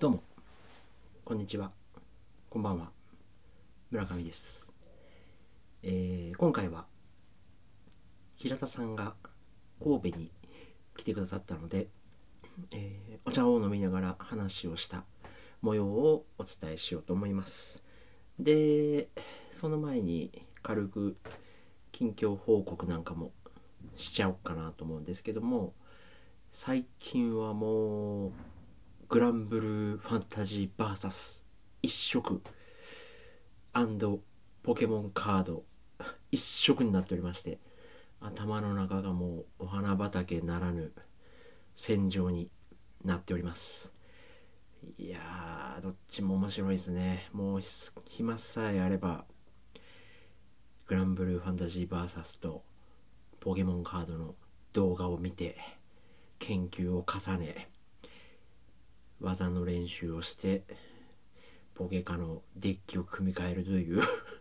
どうもこんにちは、こんばんは。村上です。今回は平田さんが神戸に来てくださったので、お茶を飲みながら話をした模様をお伝えしようと思います。で、その前に軽く近況報告なんかもしちゃおうかなと思うんですけども、最近はもうグランブルーファンタジー VS 一色ポケモンカード一色になっておりまして、頭の中がもうお花畑ならぬ戦場になっております。いやー、どっちも面白いですね。もう暇さえあればグランブルーファンタジー VS とポケモンカードの動画を見て研究を重ね、技の練習をしてポケカのデッキを組み替えるという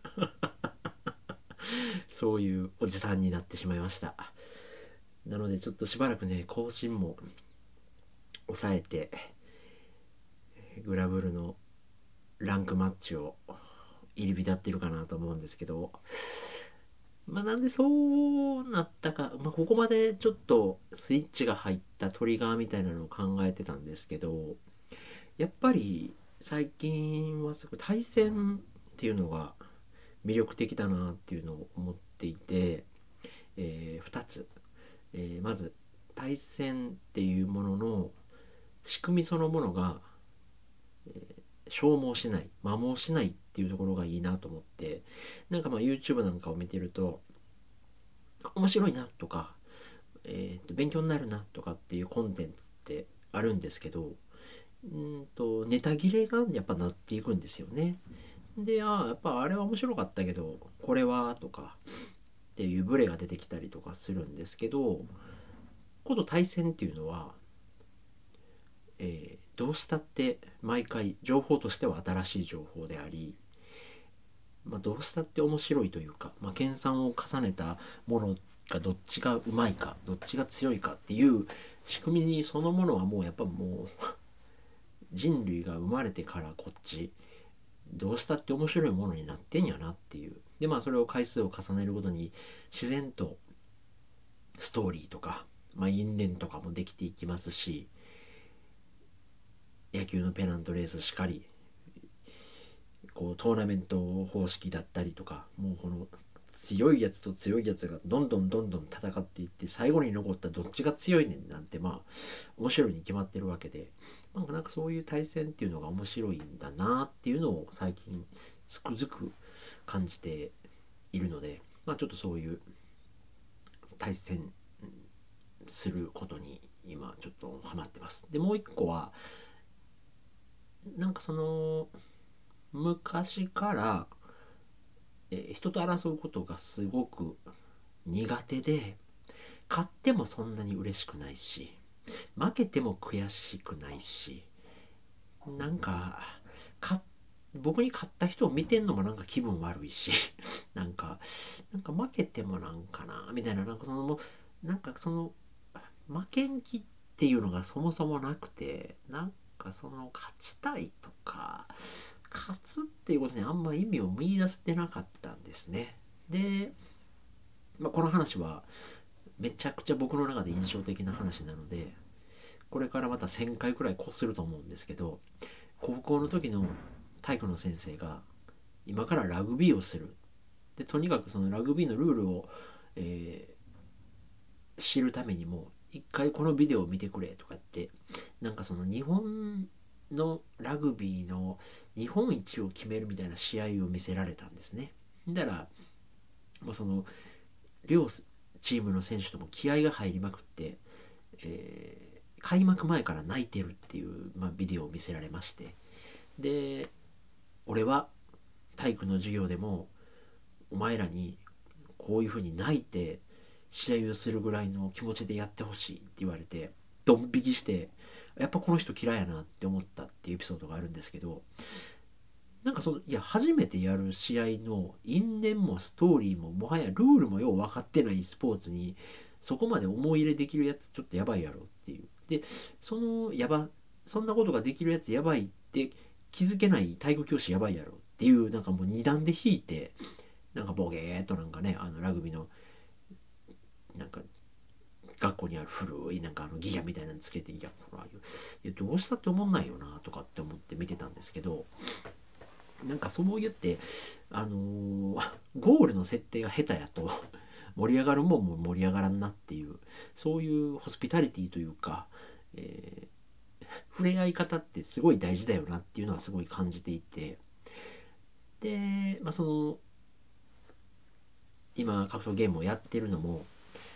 そういうおじさんになってしまいました。なのでちょっとしばらくね、更新も抑えてグラブルのランクマッチを入り浸ってるかなと思うんですけど、なんでそうなったか、ここまでちょっとスイッチが入ったトリガーみたいなのを考えてたんですけど、やっぱり最近はすごい対戦っていうのが魅力的だなっていうのを思っていて、2つ、まず対戦っていうものの仕組みそのものが消耗しない摩耗しないっていうところがいいなと思って、YouTube なんかを見てると面白いなとか、勉強になるなとかっていうコンテンツってあるんですけど、ネタ切れがやっぱなっていくんですよね。で、やっぱあれは面白かったけどこれはとかっていうブレが出てきたりとかするんですけど、今度対戦っていうのは、どうしたって毎回情報としては新しい情報であり、どうしたって面白いというか、研鑽を重ねたものがどっちがうまいかどっちが強いかっていう仕組みそのものはもうやっぱもう人類が生まれてからこっちどうしたって面白いものになってんやなっていう。でそれを回数を重ねるごとに自然とストーリーとか、因縁とかもできていきますし、野球のペナントレースしかり、こうトーナメント方式だったりとか、もうこの強いやつと強いやつがどんどん戦っていって、最後に残ったどっちが強いねんなんて面白いに決まってるわけで、そういう対戦っていうのが面白いんだなっていうのを最近つくづく感じているので、ちょっとそういう対戦することに今ちょっとハマってます。でもう一個はその昔から人と争うことがすごく苦手で、勝ってもそんなに嬉しくないし負けても悔しくないし、なんか僕に勝った人を見てんのも気分悪いし負けてもみたいな、その負けん気っていうのがそもそもなくて、その勝ちたいとか勝つっていうことにあんま意味を見出してなかったんですね。で、この話はめちゃくちゃ僕の中で印象的な話なので、これからまた1000回くらいこすると思うんですけど、高校の時の体育の先生が今からラグビーをする、でとにかくそのラグビーのルールを、知るためにも一回このビデオを見てくれとかって、その日本のラグビーの日本一を決めるみたいな試合を見せられたんですね。だからもうその両チームの選手とも気合が入りまくって、開幕前から泣いてるっていう、ビデオを見せられまして、で俺は体育の授業でもお前らにこういう風に泣いて試合をするぐらいの気持ちでやってほしいって言われて、ドン引きして、やっぱこの人嫌いやなって思ったっていうエピソードがあるんですけど、初めてやる試合の因縁もストーリーももはやルールもよう分かってないスポーツにそこまで思い入れできるやつちょっとやばいやろっていう。でそのそんなことができるやつやばいって気づけない体育教師やばいやろっていう、なんかもう二段で引いて、なんかボケーっとなんかね、ラグビーのなんか学校にある古いなんかギアみたいなのつけて、いやほら、いやどうしたって思んないよなとかって思って見てたんですけど、なんかそう言ってゴールの設定が下手やと盛り上がるもんも盛り上がらんなっていう、そういうホスピタリティというか、え触れ合い方ってすごい大事だよなっていうのはすごい感じていて、で、その今格闘ゲームをやってるのも、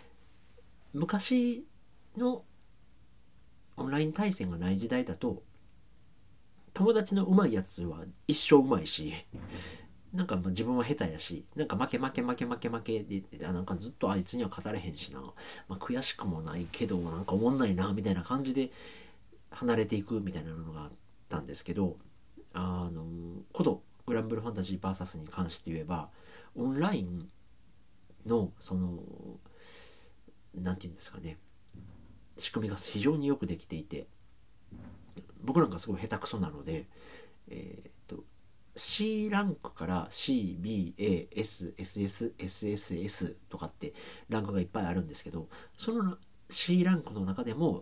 昔のオンライン対戦がない時代だと、友達の上手いやつは一生上手いし、なんか自分は下手やし、なんか負け負け負け負け負けで、なんかずっとあいつには勝たれへんしな、悔しくもないけどなんかおもんないなみたいな感じで離れていくみたいなのがあったんですけど、ことグランブルファンタジー VS に関して言えば、オンラインのそのなんていうんですかね、仕組みが非常によくできていて、僕なんかすごい下手くそなので、えーっと C ランクから CBASSSSS とかってランクがいっぱいあるんですけど、その C ランクの中でも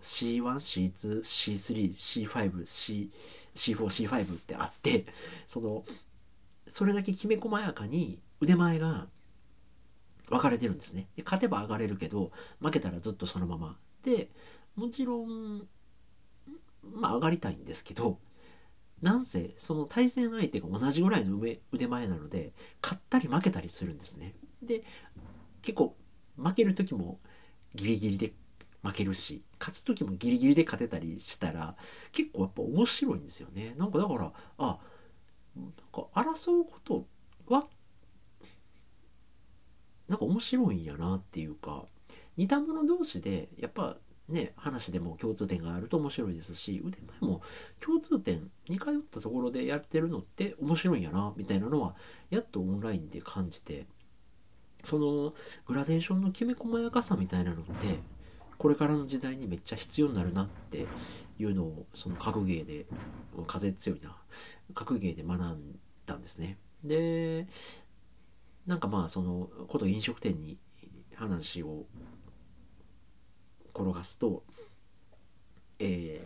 C1、C2、C3、C5、C4、C5 ってあって、それだけきめ細やかに腕前が分かれてるんですね。で勝てば上がれるけど、負けたらずっとそのままで、もちろん上がりたいんですけど、なんせその対戦相手が同じぐらいの腕前なので、勝ったり負けたりするんですね。で、結構負ける時もギリギリで負けるし、勝つ時もギリギリで勝てたりしたら、結構やっぱ面白いんですよね。なんかだから、なんか争うことはなんか面白いんやなっていうか、似た者同士でやっぱね、話でも共通点があると面白いですし、腕前も共通点似通ったところでやってるのって面白いんやなみたいなのはやっとオンラインで感じて、そのグラデーションのきめ細やかさみたいなのってこれからの時代にめっちゃ必要になるなっていうのを、その格ゲーで、風強いな、格ゲーで学んだんですね。で、なんかそのこと飲食店に話を転がすと、え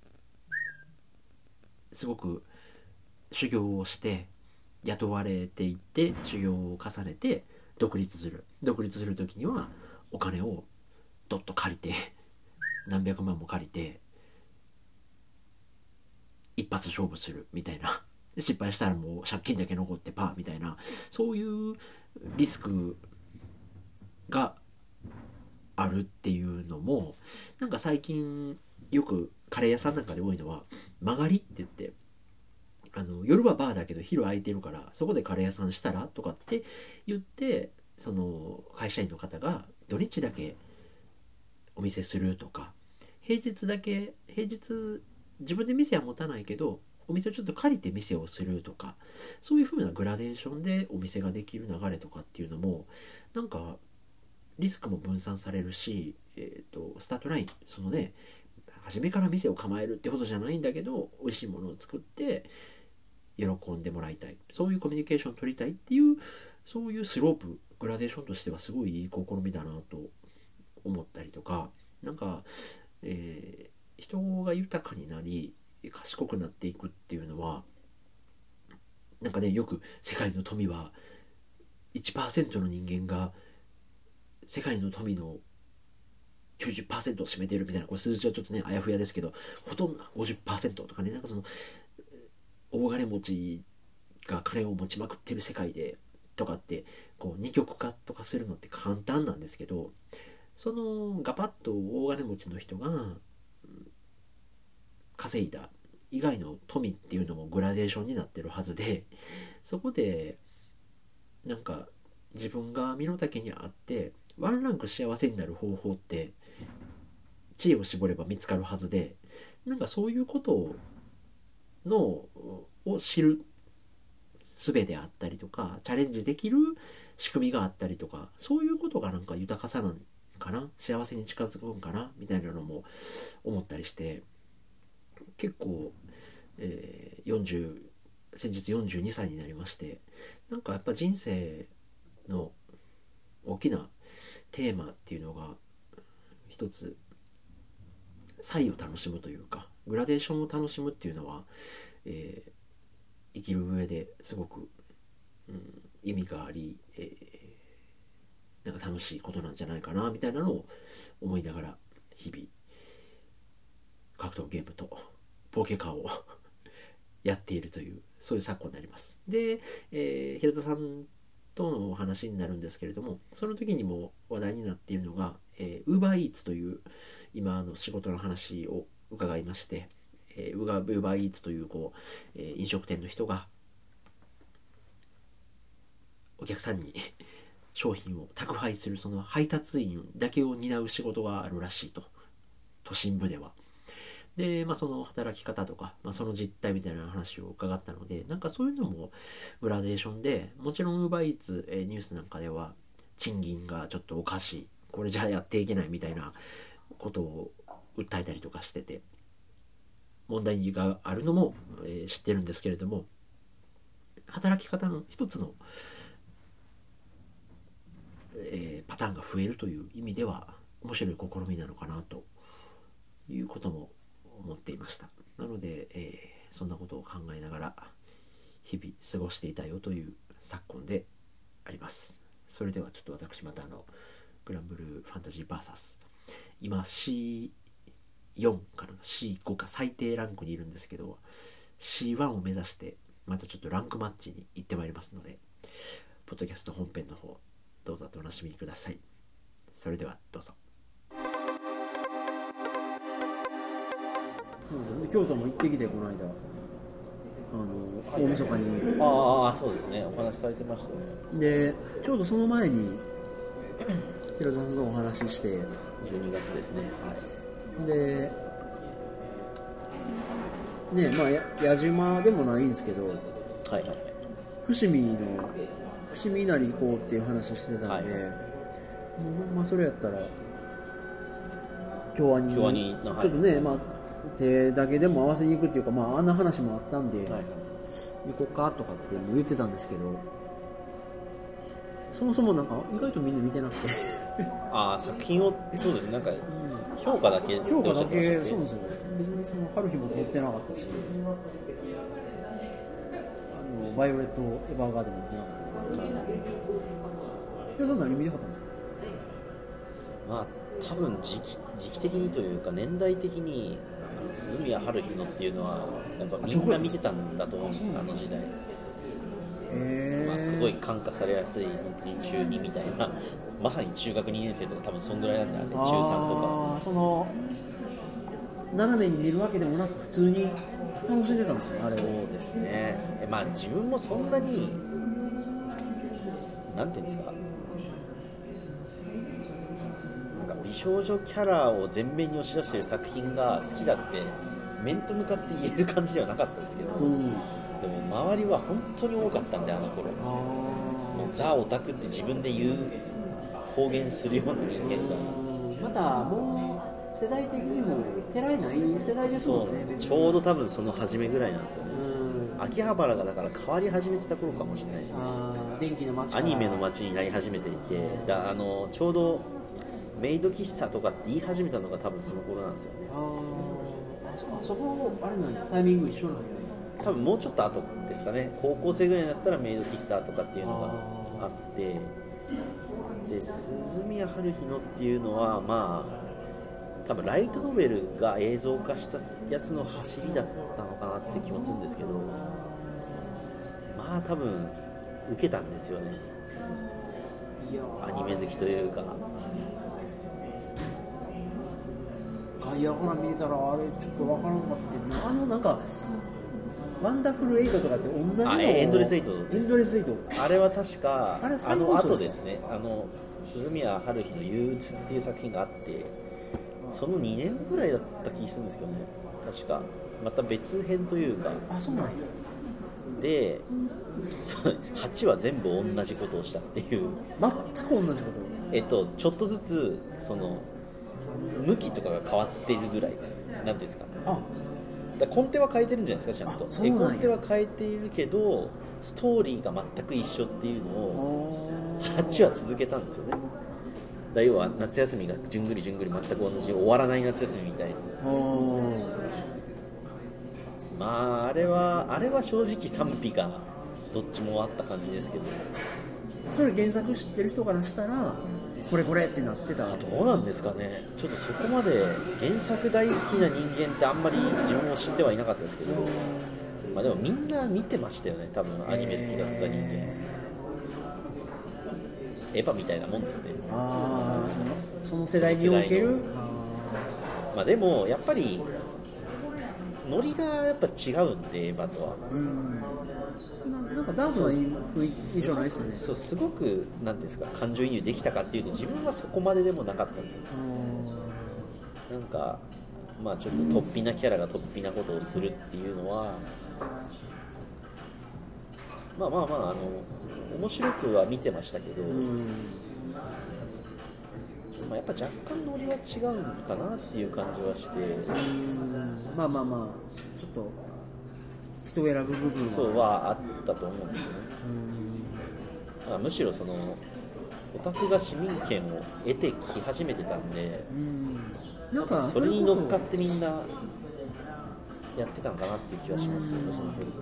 すごく修行をして雇われていって修行を重ねて独立する時にはお金をどっと借りて何百万も借りて一発勝負するみたいな、失敗したらもう借金だけ残ってパーみたいな、そういうリスクがあるっていうのも、なんか最近よくカレー屋さんなんかで多いのは、曲がりって言って、夜はバーだけど昼空いてるからそこでカレー屋さんしたらとかって言って、その会社員の方が土日だけお店するとか、平日自分で店は持たないけどお店をちょっと借りて店をするとか、そういう風なグラデーションでお店ができる流れとかっていうのも、なんかリスクも分散されるし、スタートライン、そのね、初めから店を構えるってことじゃないんだけど、美味しいものを作って喜んでもらいたい、そういうコミュニケーションを取りたいっていう、そういうスロープグラデーションとしてはすごいいい試みだなと思ったりとか、なんか、人が豊かになり賢くなっていくっていうのは、なんかね、よく世界の富は1%の人間が世界の富の90%を占めてるみたいな、これ数字はちょっとねあやふやですけど、ほとんど50%とかね、なんかその大金持ちが金を持ちまくってる世界でとかって、こう二極化とかするのって簡単なんですけど、そのガパッと大金持ちの人が稼いだ以外の富っていうのもグラデーションになってるはずで、そこでなんか自分が身の丈にあってワンランク幸せになる方法って知恵を絞れば見つかるはずで、なんかそういうことのを知る術であったりとか、チャレンジできる仕組みがあったりとか、そういうことがなんか豊かさなんかな、幸せに近づくんかなみたいなのも思ったりして、 結構、先日42歳になりまして、なんかやっぱ人生の大きなテーマっていうのが一つ、差異を楽しむというかグラデーションを楽しむっていうのは、生きる上ですごく、意味があり、なんか楽しいことなんじゃないかなみたいなのを思いながら日々格闘ゲームとポケカをやっているという、そういう昨今になります。で、平田さんとのお話になるんですけれども、その時にも話題になっているのが、UberEats という今の仕事の話を伺いまして、UberEats という飲食店の人がお客さんに商品を宅配するその配達員だけを担う仕事があるらしいと、都心部では。で、その働き方とか、その実態みたいな話を伺ったので、なんかそういうのもグラデーションで、もちろん UberEats、ニュースなんかでは賃金がちょっとおかしい、これじゃやっていけないみたいなことを訴えたりとかしてて、問題があるのも、知ってるんですけれども、働き方の一つの、パターンが増えるという意味では面白い試みなのかなということも思っていました。なので、そんなことを考えながら日々過ごしていたよという昨今であります。それではちょっと私またグランブルーファンタジー VS 今 C4 から C5 か最低ランクにいるんですけど、 C1 を目指してまたちょっとランクマッチに行ってまいりますので、ポッドキャスト本編の方どうぞお楽しみください。それではどうぞ。そうですよね、京都も行ってきて、この間大晦日に。 ああ、そうですね、お話しされてましたね。 でちょうどその前に平田さんとお話しして、 12月ですね。 はい、でね、矢島でもないんですけど、 はいはいはい、 伏見稲荷行こうっていう話してたんで、はい、もうそれやったら京アニちょっとね、手だけでも合わせに行くっていうか、あんな話もあったんで、はい、行こうかとかっても言ってたんですけど、そもそもなんか意外とみんな見てなくてああ、作品を、そうですね、なんか評価だけっておっしゃってましたっけ。 そうですよ、別にその春日も通ってなかったし、バイオレット・エヴァーガーデンも見てなかったんで、皆さん何見てなかったんですか？ 多分時期的にというか年代的に鈴宮春日のっていうのはやっぱみんな見てたんだと思うんですよ、あの時代。すごい感化されやすい、本当に中2みたいな、まさに中学2年生とか多分そんぐらいなんだよね、中3とか。 その斜めに見るわけでもなく普通に楽しんでたんですよ、あれを。 そうですね、自分もそんなになんていうんですか、なんか美少女キャラを前面に押し出している作品が好きだって面と向かって言える感じではなかったんですけど、でも周りは本当に多かったんで、あの頃もうザ・オタクって自分で言う公言するような人間がまたもう世代的にもてらいない世代ですもんね。 ちょうど多分その初めぐらいなんですよね。秋葉原がだから変わり始めてた頃かもしれないですね。 電気の街、 アニメの街になり始めていて、ちょうどメイド喫茶とかって言い始めたのが多分その頃なんですよね。 そこあれなんや、タイミング一緒なんや。 多分もうちょっと後ですかね。高校生ぐらいになったらメイド喫茶とかっていうのがあって、で鈴宮春日のっていうのは多分ライトノベルが映像化したやつの走りだったのかなって気もするんですけど、多分受けたんですよね、アニメ好きというか。 外野から見たらあれちょっと分からんかってな、なんかワンダフルエイトとかって同じのエンドレスエイトエンドレスエイト、 あれは確かあの後ですね。鈴宮春日の憂鬱っていう作品があって、その2年ぐらいだった気がするんですけどね、確かまた別編というか。 そうなんや。 で8は全部同じことをしたっていう、 全く同じこと、 ちょっとずつその向きとかが変わっているぐらいです。なんていうんですか、 だからコンテは変えてるんじゃないですか、ちゃんと。絵コンテは変えているけどストーリーが全く一緒っていうのを8は続けたんですよね。だ要は夏休みがじゅんぐりじゅんぐり全く同じ終わらない夏休みみたいな。まああれは正直賛否がどっちもあった感じですけど、 それ原作知ってる人からしたらこれってなってた。 どうなんですかね。ちょっとそこまで原作大好きな人間ってあんまり自分も知ってはいなかったですけど、まあ、でもみんな見てましたよね多分アニメ好きだった人間、エヴァみたいなもんですね。 ああ、その世代における。 まあでもやっぱりノリがやっぱ違うんでエヴァとは。 なんかダンスは印象ないですね。 そうすごくなんていうんですか、感情移入できたかっていうと自分はそこまででもなかったんですよ。なんかまあちょっと突飛なキャラが突飛なことをするっていうのはまあ面白くは見てましたけど、まあ、やっぱ若干ノリは違うのかなっていう感じはして、 まあちょっと人を選ぶ部分はそうはあったと思うんですよね。まあ、むしろそのオタクが市民権を得てき始めてたんで、 なんかそれに乗っかってみんなやってたんかなっていう気はしますけどね、その頃。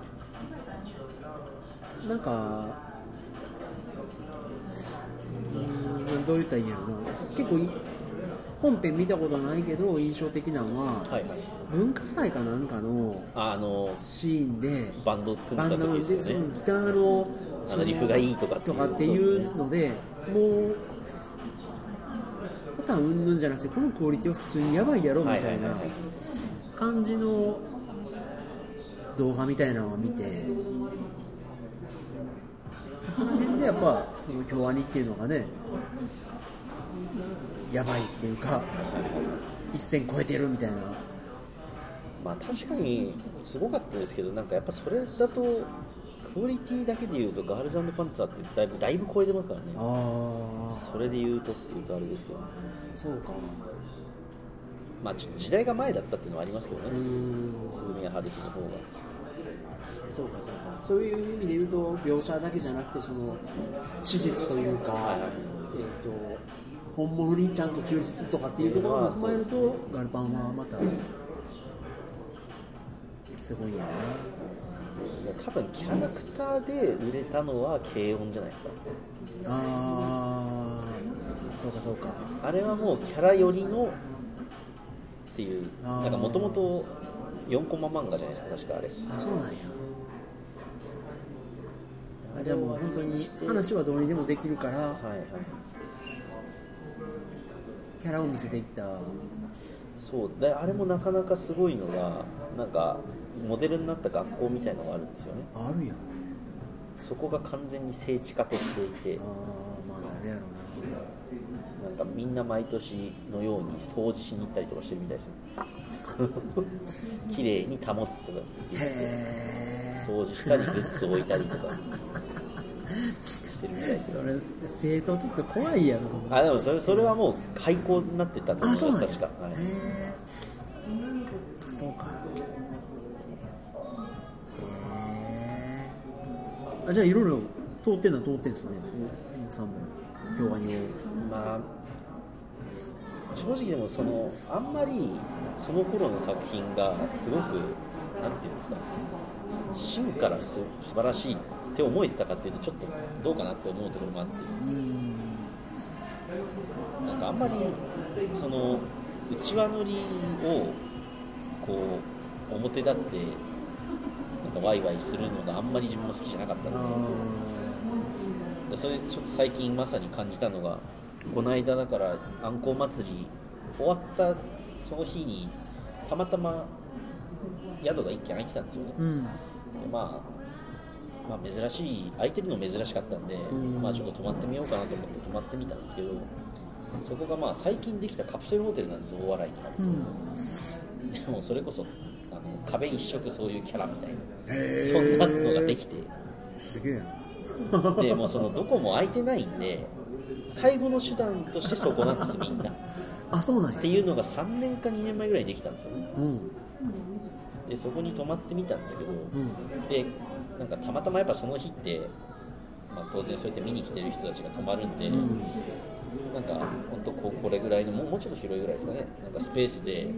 なんかどう言ったらいいんやろな、結構本編見たことないけど印象的なのは、文化祭かなんかのシーンでバンド組んだ時ですよね。 ギターのリフがいいとかっていうので、もうボタンうんぬんじゃなくてこのクオリティは普通にやばいやろみたいな感じの動画みたいなのを見て、そこら辺でやっぱその京アニっていうのがねやばいっていうか一線超えてるみたいな。 まあ確かにすごかったですけど、なんかやっぱそれだとクオリティだけでいうとガールズ&パンツァーってだいぶ超えてますからね。それで言うとっていうとあれですけど、 そうか、 まあちょっと時代が前だったっていうのはありますけどね、鈴宮春日の方が。 そういう意味で言うと描写だけじゃなくてその史実というか、本物にちゃんと忠実とかっていうところを踏まえるとガルパンはまたすごいやな。 多分キャラクターで売れたのは軽音じゃないですか。 そうか。 あれはもうキャラ寄りのっていう、なんかもともと4コマ漫画じゃないですか確かあれ。 そうなんや。じゃあもう本当に話はどうにでもできるから、キャラを見せていった。 そうで、あれもなかなかすごいのが、なんかモデルになった学校みたいなのがあるんですよね。 あるやん。 そこが完全に聖地化としていて、 まああれやろなんかみんな毎年のように掃除しに行ったりとかしてるみたいですよ綺麗に保つとか言って掃除したりグッズを置いたりとかしてるみたいですよ。 生徒ちょっと怖いやろ。 でもそれはもう廃校になってたと思います確か。 そうか。じゃあいろいろ通ってんですね。3本京アニを。 まあ正直でもあんまりその頃の作品がすごくなんていうんですか、芯から素晴らしいって思えてたかっていうとちょっとどうかなって思うところもあって、なんかあんまりその内輪乗りをこう表立ってなんかワイワイするのがあんまり自分も好きじゃなかったので、それでちょっと最近まさに感じたのが、この間だからあんこう祭り終わったその日にたまたま宿が1軒空いてたんですよね。でまあ珍しい空いてるの珍しかったんで、まあちょっと泊まってみようかなと思って泊まってみたんですけど、そこがまあ最近できたカプセルホテルなんですよ、大洗にあると。でもそれこそ壁一色そういうキャラみたいな、そんなのができて、 すげえな。でもうどこも空いてないんで最後の手段としてそこなんですみんな。 そうなんや。 っていうのが3年か2年前ぐらいにできたんですよね。 でそこに泊まってみたんですけど、でなんかたまたまやっぱその日って、当然そうやって見に来てる人たちが泊まるんで、なんか本当これぐらいのもうちょっと広いぐらいですかね、なんかスペースで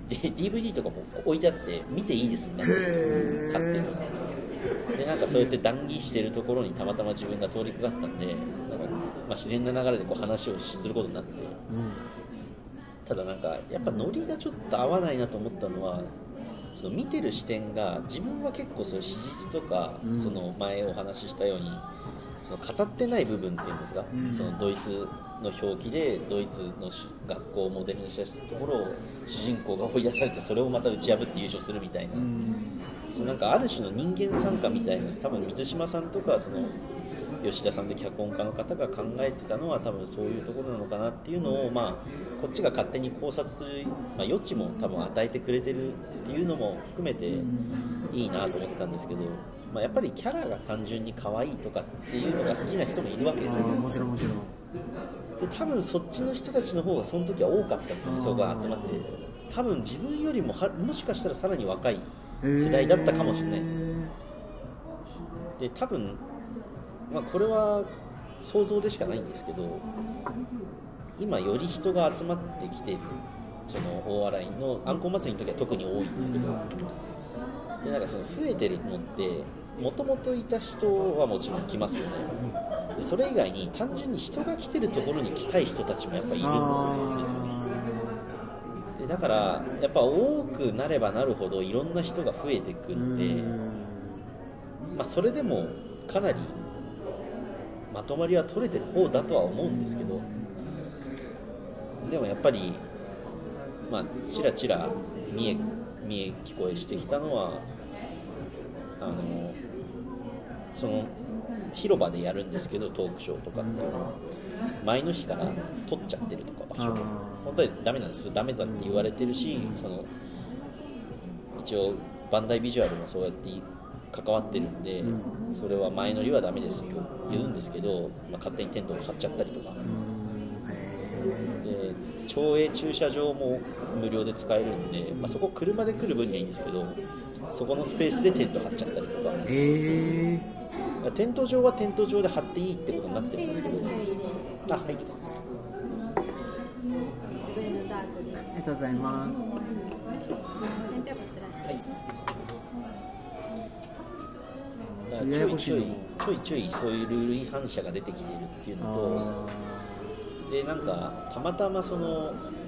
DVD とかも置いてあって見ていいですみたいな勝手に。でなんかそうやって談義してるところにたまたま自分が通りかかったんで、なんか自然な流れで話をすることになって、ただなんかやっぱノリがちょっと合わないなと思ったのは、その見てる視点が自分は結構そう史実とか、その前お話ししたようにその語ってない部分っていうんですか、そのドイツの表記でドイツの学校をモデルにしたところを主人公が追い出されて、それをまた打ち破って優勝するみたいな、そのなんかある種の人間参加みたいな、多分水島さんとかその吉田さんで脚本家の方が考えてたのは多分そういうところなのかなっていうのを、こっちが勝手に考察する、余地も多分与えてくれてるっていうのも含めていいなと思ってたんですけど、やっぱりキャラが単純に可愛いとかっていうのが好きな人もいるわけですよね。 もちろんで多分そっちの人たちの方がその時は多かったんですよね。そこが集まって多分自分よりももしかしたらさらに若い世代だったかもしれないですね。で多分これは想像でしかないんですけど、今より人が集まってきているその大洗のあんこ祭りの時は特に多いんですけど、でなんかその増えてるのってもともといた人はもちろん来ますよね。でそれ以外に単純に人が来てるところに来たい人たちもやっぱいるんですよね。でだからやっぱ多くなればなるほどいろんな人が増えていくんで、それでもかなりまとまりは取れてる方だとは思うんですけど、でもやっぱりちらちら見え聞こえしてきたのはその広場でやるんですけど、トークショーとかっていうのは前の日から撮っちゃってるとか、場所本当にダメなんです、ダメだって言われてるし、その一応バンダイビジュアルもそうやって関わってるんで、それは前乗りはダメですと言うんですけど、勝手にテントを張っちゃったりとかで、町営駐車場も無料で使えるんで、そこ車で来る分にはいいんですけど、そこのスペースでテント張っちゃったりとか、テント場はテント場で張っていいってことになってるんですけど、はい、 ありがとうございます。 ちょいちょいそういうルール違反者が出てきているっていうのと、でなんかたまたまその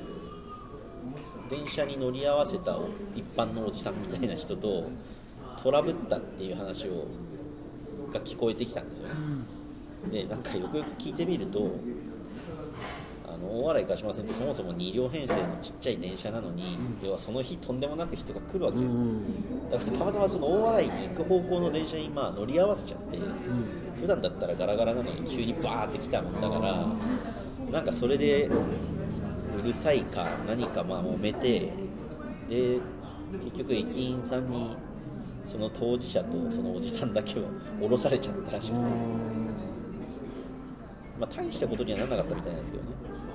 電車に乗り合わせた一般のおじさんみたいな人とトラブったっていう話が聞こえてきたんですよね。でなんかよくよく聞いてみると、大洗鹿島線ってそもそも2両編成のちっちゃい電車なのに、要はその日とんでもなく人が来るわけです。だからたまたまその大洗に行く方向の電車に乗り合わせちゃって、普段だったらガラガラなのに急にバーって来たもんだから、なんかそれでうるさいか何か揉めて、で結局駅員さんにその当事者とそのおじさんだけを降ろされちゃったらしくて、大したことにはならなかったみたいなんですけどね。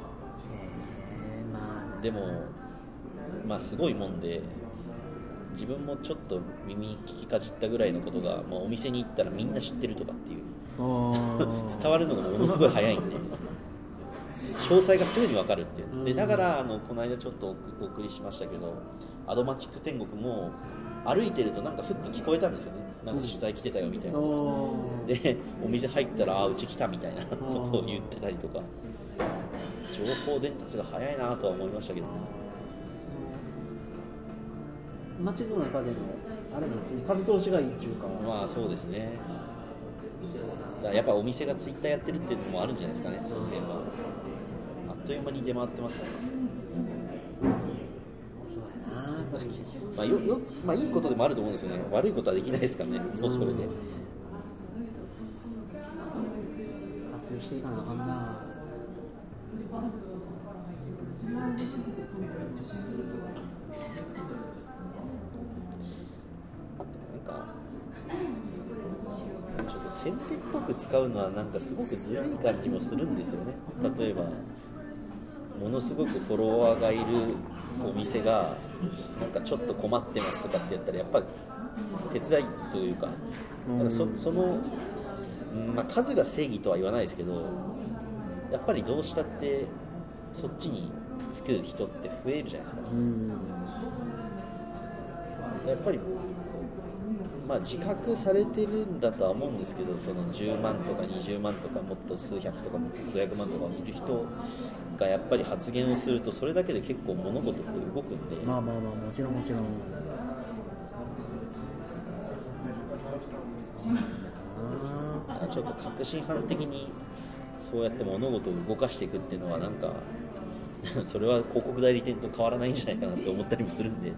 でもすごいもんで、自分もちょっと耳聞きかじったぐらいのことが、お店に行ったらみんな知ってるとかっていう伝わるのがものすごい早いんで詳細がすぐに分かるっていうで、だからこの間ちょっとお送りしましたけど、アドマチック天国も歩いてるとなんかふっと聞こえたんですよね。なんか取材来てたよみたいな、でお店入ったらうち来たみたいなことを言ってたりとか、情報伝達が早いなとは思いましたけどね。 街の中でのあれなんですね、風通しがいいっていうか。 そうですね。だからやっぱお店がツイッターやってるっていうのもあるんじゃないですかね。その辺はあっという間に出回ってますからね。 そうやな、 いいことでもあると思うんですよね。悪いことはできないですからね。もうそれで活用していかなあかんな。 ちょっと先手っぽく使うのはなんかすごくずるい感じもするんですよね。例えばものすごくフォロワーがいるお店がなんかちょっと困ってますとかってやったらやっぱ手伝いというか、なんかその、まあ、数が正義とは言わないですけど、やっぱりどうしたってそっちにつく人って増えるじゃないですか。やっぱりまあ自覚されてるんだとは思うんですけど、その10万とか20万とかもっと数百とか数百万とかいる人がやっぱり発言をするとそれだけで結構物事って動くんで、 まあもちろんちょっと革新犯的にそうやって物事を動かしていくっていうのはなんかそれは広告代理店と変わらないんじゃないかなって思ったりもするんで。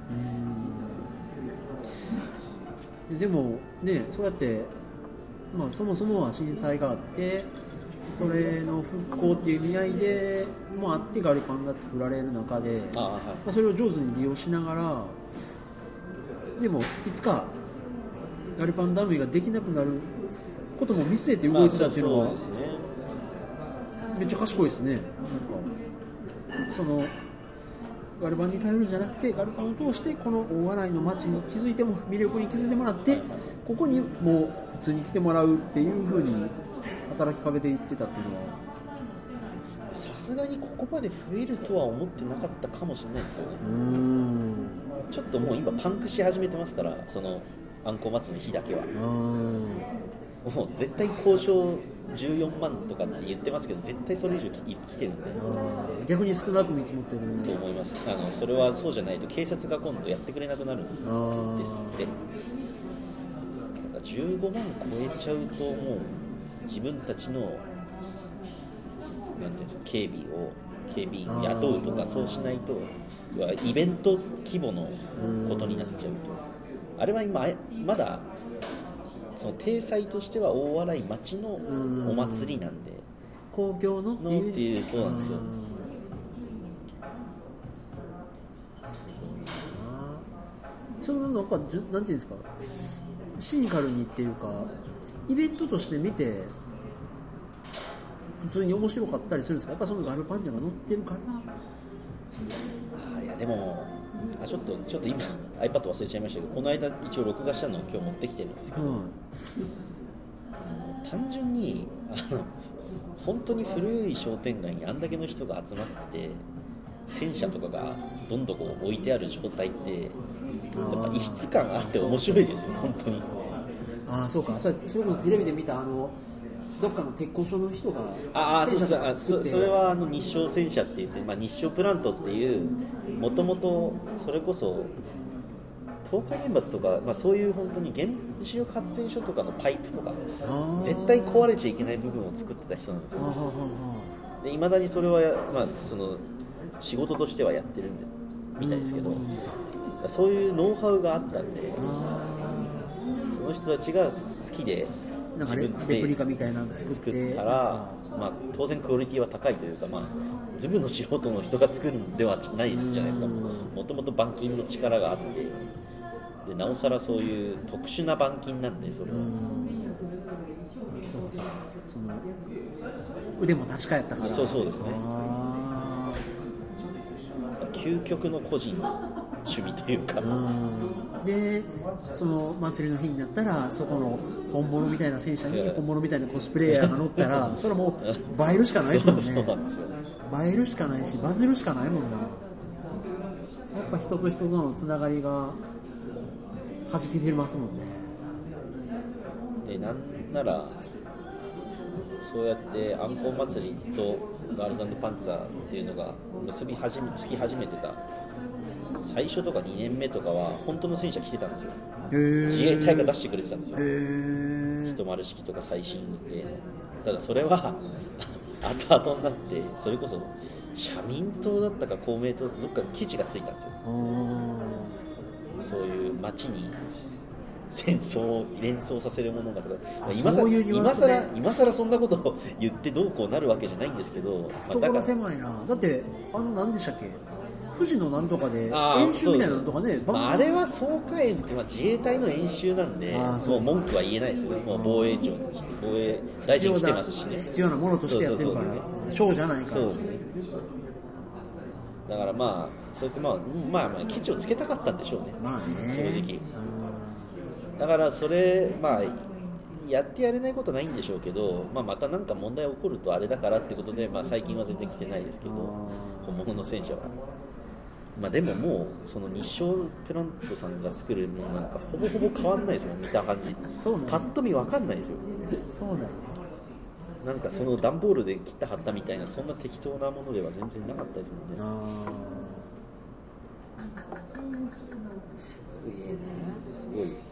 でもね、そうやって、まあ、そもそもは震災があってそれの復興っていう意味合いでもあってガルパンが作られる中で、まあ、それを上手に利用しながら、でもいつかガルパンダムができなくなることも見据えて動いてたっていうのは、めっちゃ賢いですね。なんかそのガルパンに頼るんじゃなくてガルパンを通してこの大洗の街に気づいても魅力に気づいてもらってここにもう普通に来てもらうっていう風に働きかけていってたっていうのは、 さすがにここまで増えるとは思ってなかったかもしれないですけどね。ちょっともう今パンクし始めてますから、そのあんこ祭りの日だけはもう絶対交渉14万とかって言ってますけど絶対それ以上来てるんで、 逆に少なく見積もってると思います。それはそうじゃないと警察が今度やってくれなくなるんですって。15万超えちゃうともう自分たちのなんていうんですか、警備員を雇うとかそうしないとイベント規模のことになっちゃうと、あれは今まだその体裁としては大洗町のお祭りなんで、 公共のっていう、そうなんですよ。 そのなんかなんていうんですか、シニカルにっていうかイベントとして見て普通に面白かったりするんですか。やっぱそのガルパンジャが乗ってるから。 いやでもちょっと今 iPad 忘れちゃいましたけど、この間一応録画したのを今日持ってきてるんですけど、単純に本当に古い商店街にあんだけの人が集まってて戦車とかがどんどん置いてある状態ってやっぱ異質感あって面白いですよ本当に。 そうか、それこそテレビで見たどっかの鉄工所の人が戦車とか作って、それは日照戦車って言って、日照プラントっていうもともとそれこそ東海原発とか、そういう本当に原子力発電所とかのパイプとか絶対壊れちゃいけない部分を作ってた人なんですよ。で未だにそれは、その仕事としてはやってるみたいですけど、そういうノウハウがあったんで、その人たちが好きでなんかレプリカみたいなの作ったら、当然クオリティは高いというか、ズブの素人の人が作るんではないじゃないですか。もともと板金の力があって、でなおさらそういう特殊な板金なんで、それはその腕も確かやったから。 そうですね。究極の個人の趣味というか、 でその祭りの日になったらそこの本物みたいな戦車に本物みたいなコスプレイヤーが乗ったらそれはもう映えるしかないですもんね。映えるしかないしバズるしかないもんな。やっぱ人と人とのつながりが弾けてますもんね。 でなんならそうやってあんこ祭りとガールズ&パンツァーっていうのがつき始めてた最初とか2年目とかは本当の戦車来てたんですよ。自衛隊が出してくれてたんですよ。一丸式とか最新で。ただそれは後々になってそれこそ社民党だったか公明党どっか基地がついたんですよ。そういう街に戦争を連想させるものがとか、今さらそんなことを言ってどうこうなるわけじゃないんですけど、 懐狭いな。だって何でしたっけ、富士のなんとかで演習みたいなのとかね、 あれは草加園って自衛隊の演習なんでもう文句は言えないですよ。もう防衛大臣来てますしね、 必要なものとしてやってるから、ショーじゃないから。 そうですね。 だからまあそうやってまあケチをつけたかったんでしょうね、 まあね正直。だからそれまあやってやれないことはないんでしょうけど、またなんか問題起こるとあれだからってことで、最近は全然来てないですけど、本物の戦車は。でももうその日照プラントさんが作るものなんかほぼほぼ変わんないですもん、見た感じ。 そうね、 パッと見分かんないですよ。 そうなんや。 なんかその段ボールで切った貼ったみたいなそんな適当なものでは全然なかったですもんね。 すげえね。 すごいです。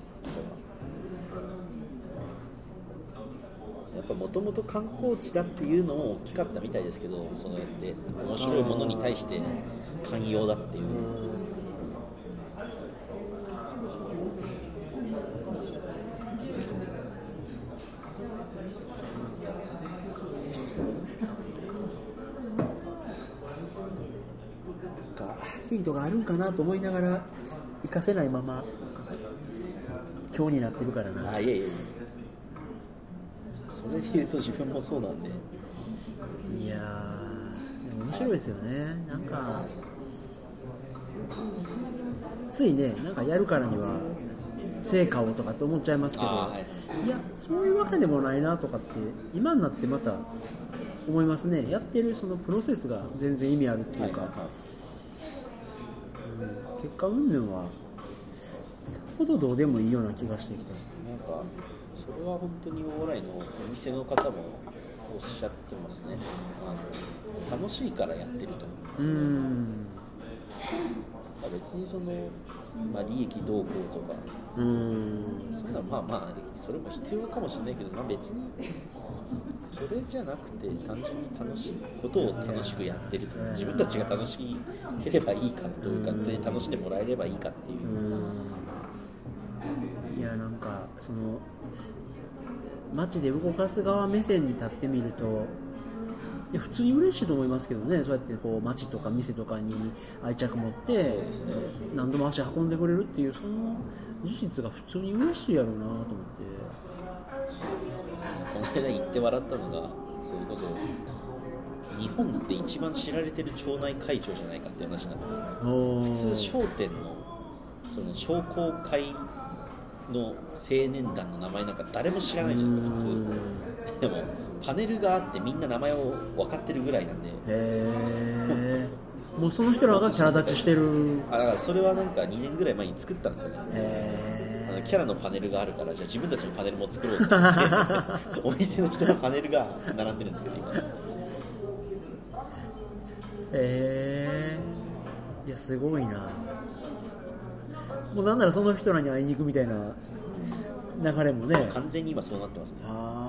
やっぱもともと観光地だっていうのも大きかったみたいですけど、そうやって面白いものに対して寛容だっていう。 ヒントがあるんかなと思いながら活かせないまま今日になってるからな。 いやそれで言うと自分もそうなんで。 いやーでも面白いですよね。なんかついね、なんかやるからには成果をとかって思っちゃいますけど、いやそういうわけでもないなとかって今になってまた思いますね。やってるそのプロセスが全然意味あるっていうか、結果云々はさほどどうでもいいような気がしてきた。 なんかそれは本当にお笑いのお店の方もおっしゃってますね。楽しいからやってると。別にその、利益どうこうとか、そういうのはそれも必要かもしれないけど、別にそれじゃなくて単純に楽しいことを楽しくやってると、自分たちが楽しければいいかというか、楽しんでもらえればいいかっていう。 いやなんかその街で動かす側目線に立ってみると、いや普通に嬉しいと思いますけどね。そうやってこう街とか店とかに愛着持って、何度も足運んでくれるっていうその事実が普通に嬉しいやろうなと思って。 この間行って笑ったのが、それこそ日本で一番知られてる町内会長じゃないかっていう話になって、普通商店のその商工会の青年団の名前なんか誰も知らないじゃん、普通。でもパネルがあってみんな名前を分かってるぐらいなんで、 もうその人らがキャラ立ちしてる。 だからそれはなんか2年ぐらい前に作ったんですよね。キャラのパネルがあるから、じゃあ自分たちのパネルも作ろうって言ってお店の人のパネルが並んでるんですけど今。 いやすごいな。もうなんならその人らに会いに行くみたいな流れもね、 完全に今そうなってますね。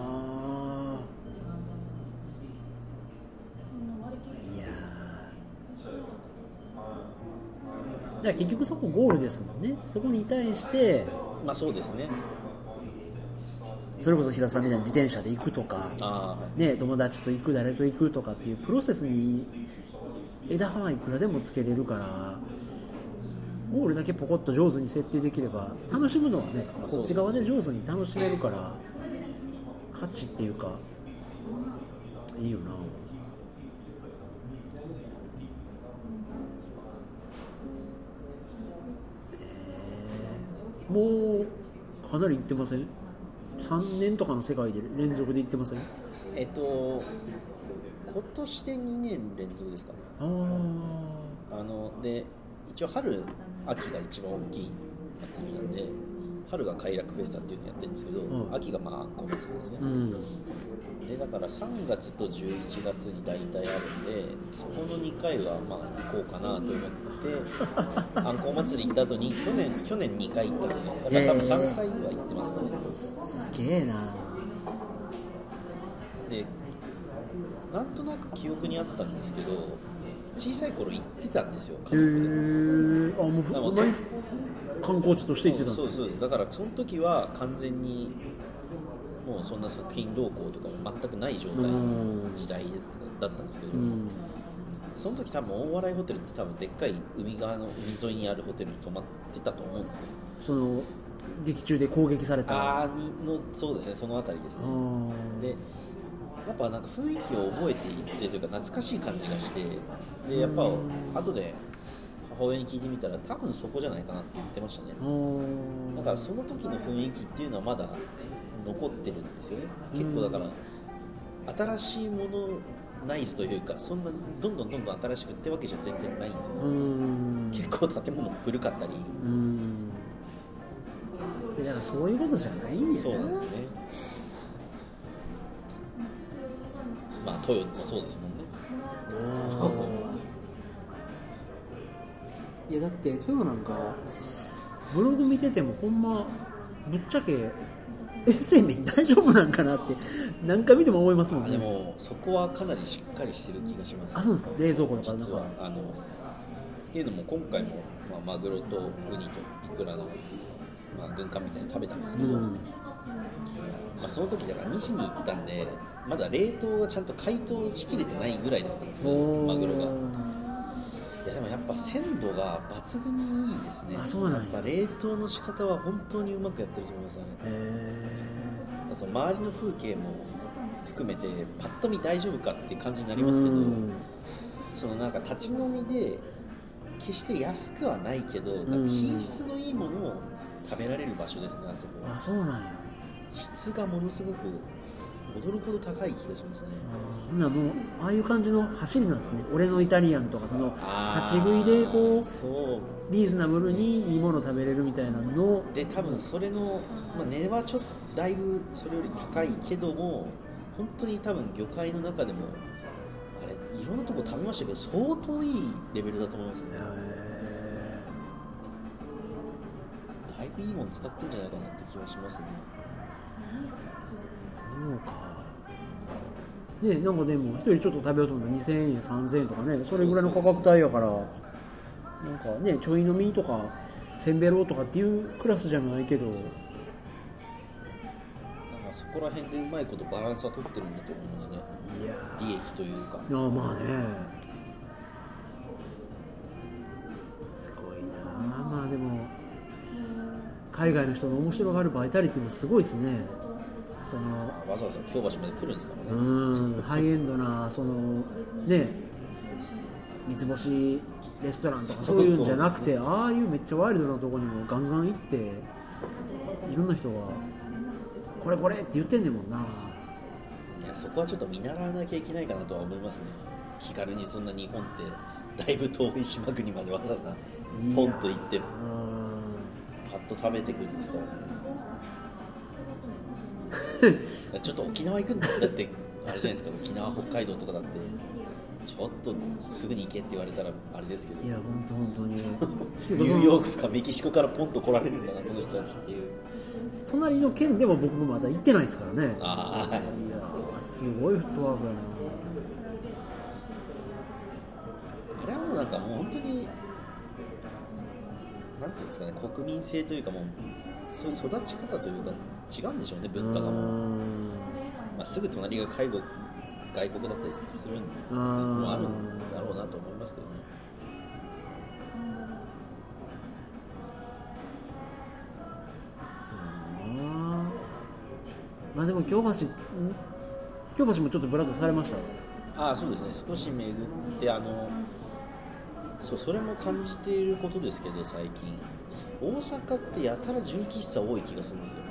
だから結局そこゴールですもんね。そこに対してそうですね。 それこそ平さんみたいに自転車で行くとか、友達と行く、誰と行くとかっていうプロセスに枝葉はいくらでもつけれるから、ゴールだけポコッと上手に設定できれば楽しむのはね、こっち側で上手に楽しめるから価値っていうかいいよな。もうかなり行ってません？3年とかの世界で連続で行ってません？ 今年で2年連続ですかね。で一応春秋が一番大きい祭りなんで、春が快楽フェスタっていうのをやってるんですけど、秋があんこ祭りなんですね。でだから3月と11月に大体あるんで、そこの2回は行こうかなと思ってあんこ祭り行った後に去年2回行ったんですよ。だから多分3回は行ってますかね。 すげえな。 でなんとなく記憶にあったんですけど、小さい頃行ってたんですよ、家族で。 もう観光地として行ってたんですか？ そうです。だからその時は完全にもうそんな作品動向とかも全くない状態の時代だったんですけど、その時多分大笑いホテルって多分でっかい海側の海沿いにあるホテルに泊まってたと思うんですよ。 その劇中で攻撃されたそうですね、そのあたりですね。でやっぱなんか雰囲気を覚えていってというか懐かしい感じがして、でやっぱ後で母親に聞いてみたら多分そこじゃないかなって言ってましたね。だからその時の雰囲気っていうのはまだ残ってるんですよね。結構だから新しいものナイズというか、そんなどんどん新しくってわけじゃ全然ないんですよ。結構建物も古かったり。 だからそういうことじゃないんだよね。 そうなんですね。まあトヨもそうですもんね。 いやだってトヨなんかブログ見ててもほんまぶっちゃけ衛生面大丈夫なんかなって何回見ても思いますもんね。 でもそこはかなりしっかりしてる気がします。 あ、そうですか。冷蔵庫とか実はっていうのも今回も、マグロとウニとイクラの、軍艦みたいに食べたんですけど、その時だから2時に行ったんでまだ冷凍がちゃんと解凍しきれてないぐらいだったんですよ、マグロが。いやでもやっぱ鮮度が抜群にいいですね。 そうなんや。 やっぱ冷凍の仕方は本当にうまくやってると思いますね。その周りの風景も含めてパッと見大丈夫かっていう感じになりますけど、そのなんか立ち飲みで決して安くはないけど、なんか品質のいいものを食べられる場所ですね、あそこは。 そうなんや。 質がものすごく驚くほど高い気がしますね。 もうああいう感じの走りなんですね。俺のイタリアンとかその立ち食いでこうリーズナブルにいいもの食べれるみたいなので、多分それの、値はちょっとだいぶそれより高いけども、本当に多分魚介の中でもあれいろんなとこ食べましたけど相当いいレベルだと思いますね。だいぶいいもの使ってるんじゃないかなって気はしますね。 そうかね。なんかでも一人ちょっと食べようと思ったら2000円3000円とかね、それぐらいの価格帯やから、なんかねちょい飲みとかせんべろとかっていうクラスじゃないけど、なんかそこら辺でうまいことバランスは取ってるんだと思いますね。 いや利益というか。 まあね、すごいな。でも海外の人の面白がるバイタリティもすごいですね。そのわざわざ京橋まで来るんですからね。 ハイエンドなそのね三つ星レストランとかそういうんじゃなくて、ああいうめっちゃワイルドなところにもガンガン行っていろんな人がこれこれって言ってんねんもんな。 いやそこはちょっと見習わなきゃいけないかなとは思いますね。気軽にそんな日本ってだいぶ遠い島国までわざわざポンと行ってパッと食べてくるんですからちょっと沖縄行くんだってあれじゃないですか。沖縄北海道とかだってちょっとすぐに行けって言われたらあれですけど、 いや本当にニューヨークとかメキシコからポンと来られるんだなこの人たちっていう。 隣の県でも僕もまだ行ってないですからね。いやすごいフットワークやな。 あれはもうなんかもう本当になんていうんですかね、国民性というかもうそういう育ち方というか違うんでしょうね、文化がもう。すぐ隣が外国だったりするのもあるんだろうなと思いますけどね。 でも京橋もちょっとブラッドされました。 そうですね、少し巡ってそれも感じていることですけど、最近大阪ってやたら純喫茶多い気がするんですよ。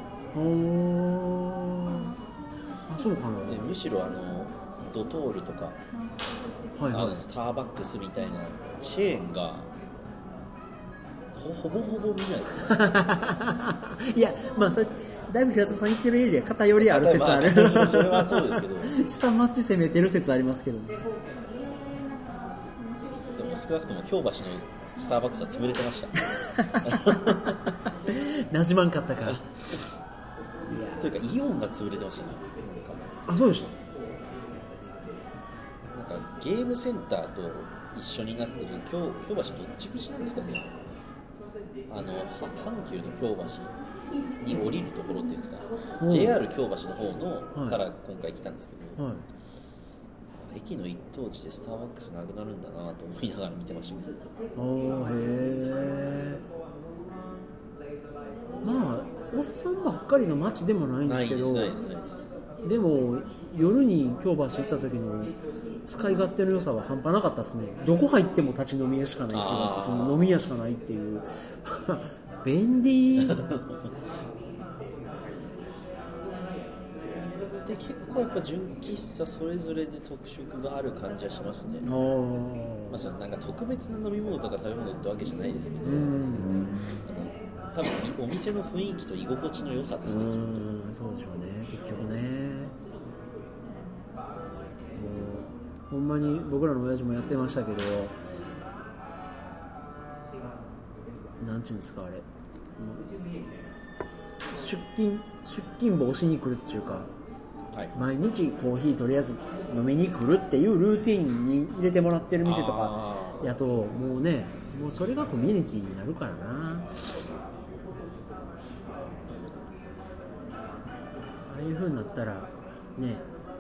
そうかな。 むしろドトールとか、スターバックスみたいなチェーンがほぼ見ないですね。 いやそれだいぶ平田さん言ってるエリア偏りある説ある。 それはそうですけど下町攻めてる説ありますけど、 でも少なくとも京橋のスターバックスは潰れてましたなじまんかったか。 というかイオンが潰れてましたね。 そうでした。 なんかゲームセンターと一緒になってる京橋どっち口なんですかね。阪急の京橋に降りるところっていうんですか、JR 京橋の方のから今回来たんですけど、駅の一等地でスターバックスなくなるんだなと思いながら見てましたけど。 おっさんばっかりの街でもないんですけど、 ないですでも夜に京橋行った時の使い勝手の良さは半端なかったですね。どこ入っても立ち飲み屋しかないっていうか、その飲み屋しかないっていう便利で結構やっぱ純喫茶それぞれで特色がある感じはしますね。まあ、そのなんか特別な飲み物とか食べ物ってわけじゃないですけど、多分お店の雰囲気と居心地の良さですね。 そうでしょうね、結局ね。もうほんまに僕らの親父もやってましたけど、なんていうんですかあれ、出勤防止に来るっていうか、はい、毎日コーヒーとりあえず飲みに来るっていうルーティンに入れてもらってる店とかやと、もうね、もうそれがコミュニティになるからな。ああいう風になったらね、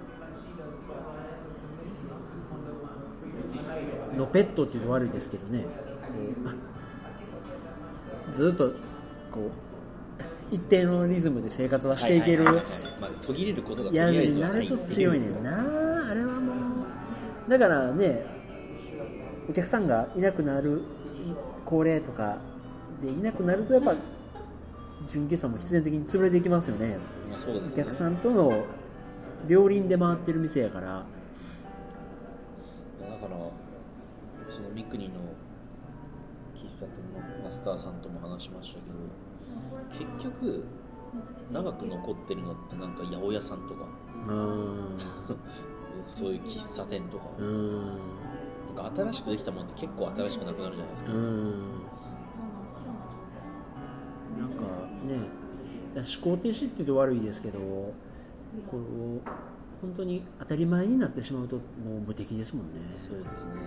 のペットっていうと悪いですけどね、ずっとこう一定のリズムで生活はしていける、 途切れることがとりあえずはないやになると強いねんな。あれはもうだからね、お客さんがいなくなる、高齢とかでいなくなるとやっぱ純喫茶も必然的に潰れていきますよね。 そうですね、 お客さんとの両輪で回ってる店やから。だからその三国の喫茶店のマスターさんとも話しましたけど、結局長く残ってるのってなんか八百屋さんとかそういう喫茶店とか、なんか新しくできたものって結構新しくなくなるじゃないですか。 なんかね、思考停止って言うと悪いですけど、こう本当に当たり前になってしまうともう無敵ですもんね。 そうですね。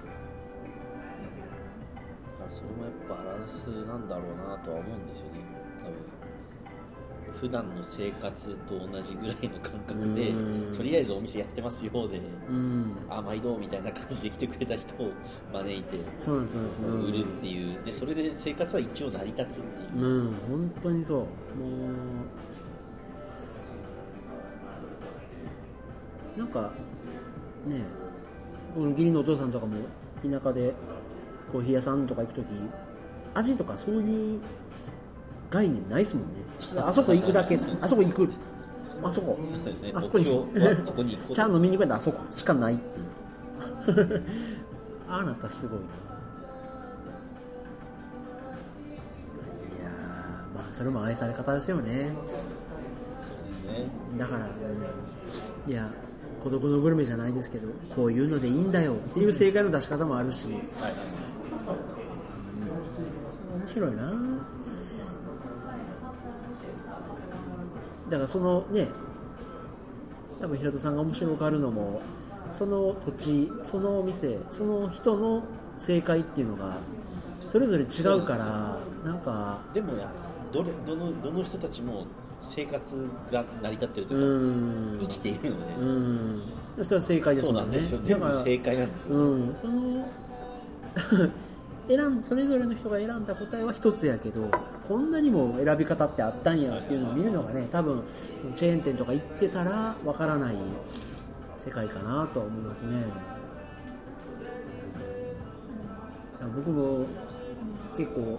だからそれもやっぱバランスなんだろうなとは思うんですよね。多分普段の生活と同じぐらいの感覚で、とりあえずお店やってますよで、毎度みたいな感じで来てくれた人を招いて売るっていう、でそれで生活は一応成り立つっていう。 本当にそう。もうなんかね、義理のお父さんとかも田舎でコーヒー屋さんとか行くとき、味とかそういう概念ないですもんね。あそこ行くだけ、あそこ行く、あそこ、 そうですね、 あそこにそこに行く、 ちゃん飲みに行くんだ、あそこしかないっていうああなったらすごいな。いやまあそれも愛され方ですよね。 そうですね。だからいや孤独のグルメじゃないですけど、こういうのでいいんだよっていう正解の出し方もあるし、それ面白いな。だからそのね、多分平田さんが面白がるのも、その土地、そのお店、その人の正解っていうのがそれぞれ違うから、なんかでもどの人たちも生活が成り立ってるというか、生きているので、それは正解ですもんね。 そうなんですよ、全部正解なんですよ。 そのそれぞれの人が選んだ答えは一つやけど、こんなにも選び方ってあったんやっていうのを見るのがね、多分そのチェーン店とか行ってたらわからない世界かなとは思いますね。僕も結構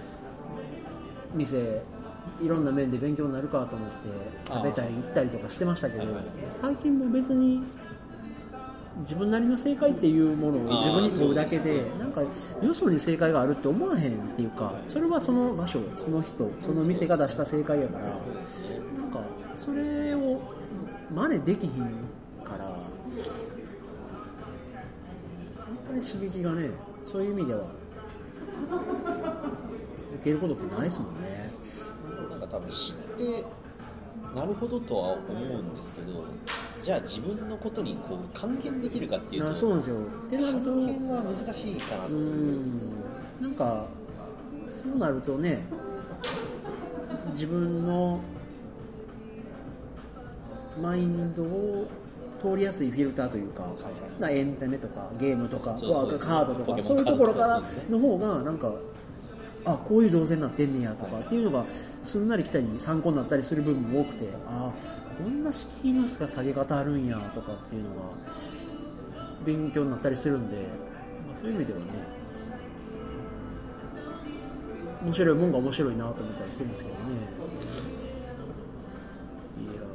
店いろんな面で勉強になるかと思って食べたり行ったりとかしてましたけど、最近も別に自分なりの正解っていうものを自分にするだけで、なんかよそに正解があるって思わへんっていうか、それはその場所、その人、その店が出した正解やから、なんかそれを真似できひんから、やっぱり刺激がね、そういう意味では受けることってないですもんね。 なんか多分知ってなるほどとは思うんですけど、じゃあ自分のことにこう還元できるかっていうと、 そうなんですよ。ってなると還元は難しいかなと。 なんかそうなるとね、自分のマインドを通りやすいフィルターというか、エンタメとかゲームとかカードとかそういうところからの方がなんか、あ、こういう動線になってんねやとかっていうのがすんなり来たり参考になったりする部分も多くて、あ、 こんな敷居の下げ方あるんやとかっていうのが勉強になったりするんで、まあ、そういう意味ではね面白いもんが面白いなと思ったりしてるんですけどね。いや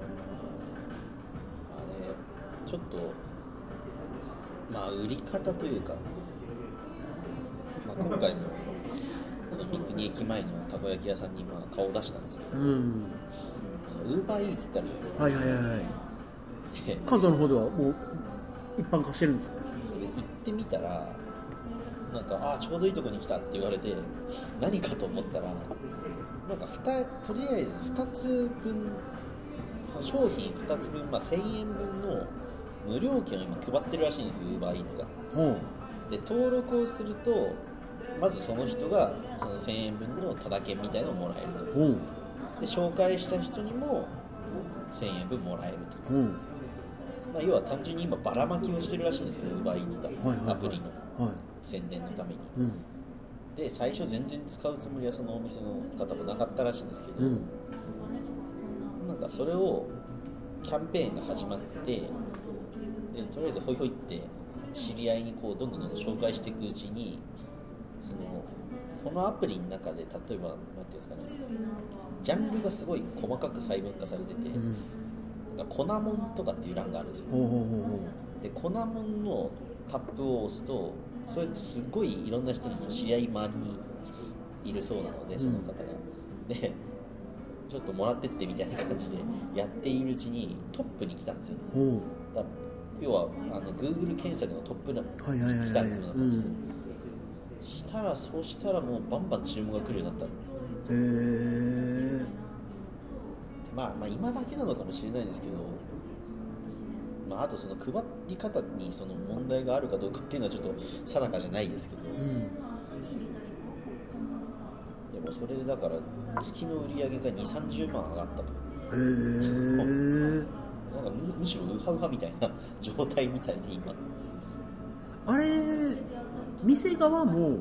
ちょっとまあ売り方というか、まあ、今回もその三国駅前のたこ焼き屋さんにまあ顔を出したんですけど、ウーバーイーツってあるじゃないですか。 はいはいはいはい。関東の方ではもう一般化してるんですか。 それ行ってみたらなんかちょうどいいとこに来たって言われて何かと思ったらなんかとりあえず2つ分その商品2つ分、まあ、1000円分の無料券を今配ってるらしいんですよ、ウーバーイーツが。で登録をするとまずその人がその1000円分のタダ券みたいなのをもらえると。で紹介した人にも1000円分もらえると。まあ、要は単純に今ばらまきをしてるらしいんですけど、ウーバーイーツがアプリの宣伝のために、で最初全然使うつもりはそのお店の方もなかったらしいんですけど、なんかそれをキャンペーンが始まってでとりあえずホイホイって知り合いにこうどんどん紹介していくうちにこのアプリの中で例えばなんていうんですかね、ジャンルがすごい細かく細分化されてて、粉もんとかっていう欄があるんですよ。で粉もんのタップを押すとそうやってすごいいろんな人に知り合い周りにいるそうなので、その方が、でちょっともらってってみたいな感じでやっているうちにトップに来たんですよ。だ要はGoogle 検索のトップに来たような感じで、そうしたらもうバンバン注文が来るようになったの。まあ今だけなのかもしれないですけど、まあ、あとその配り方にその問題があるかどうかっていうのはちょっと定かじゃないですけど、でもそれでだから月の売り上げが2、30万上がったと。なんかむしろウハウハみたいな状態みたいで今。 あれ店側も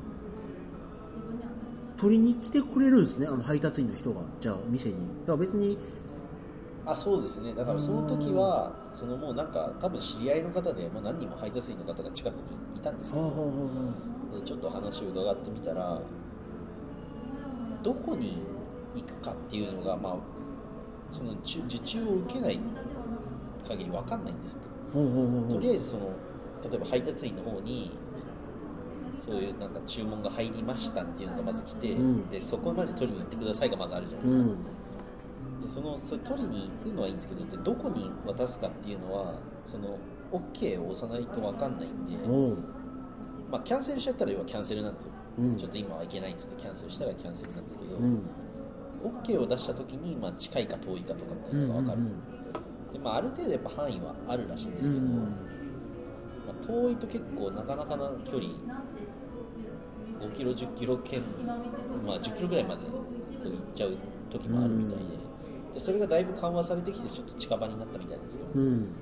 取りに来てくれるんですね、配達員の人が。じゃあ店にだから別にそうですね。だからその時はもうなんか多分知り合いの方で、まあ、何人も配達員の方が近くにいたんですけど、でちょっと話を伺ってみたらどこに行くかっていうのが、まあ、その受注を受けない限り分かんないんですって。とりあえず例えば配達員の方にそういうなんか注文が入りましたっていうのがまず来て、でそこまで取りに行ってくださいがまずあるじゃないですか。でそれ取りに行くのはいいんですけど、でどこに渡すかっていうのはOK を押さないと分かんないんで、まあ、キャンセルしちゃったら要はキャンセルなんですよ。ちょっと今は行けないっつってキャンセルしたらキャンセルなんですけど、OK を出した時に、まあ、近いか遠いかとかっていうのが分かると。で、まあ、ある程度やっぱ範囲はあるらしいんですけど、まあ、遠いと結構なかなかな距離5キロ10キロ圏、まあ、10キロぐらいまで行っちゃう時もあるみたいで、それがだいぶ緩和されてきてちょっと近場になったみたいなんですけど、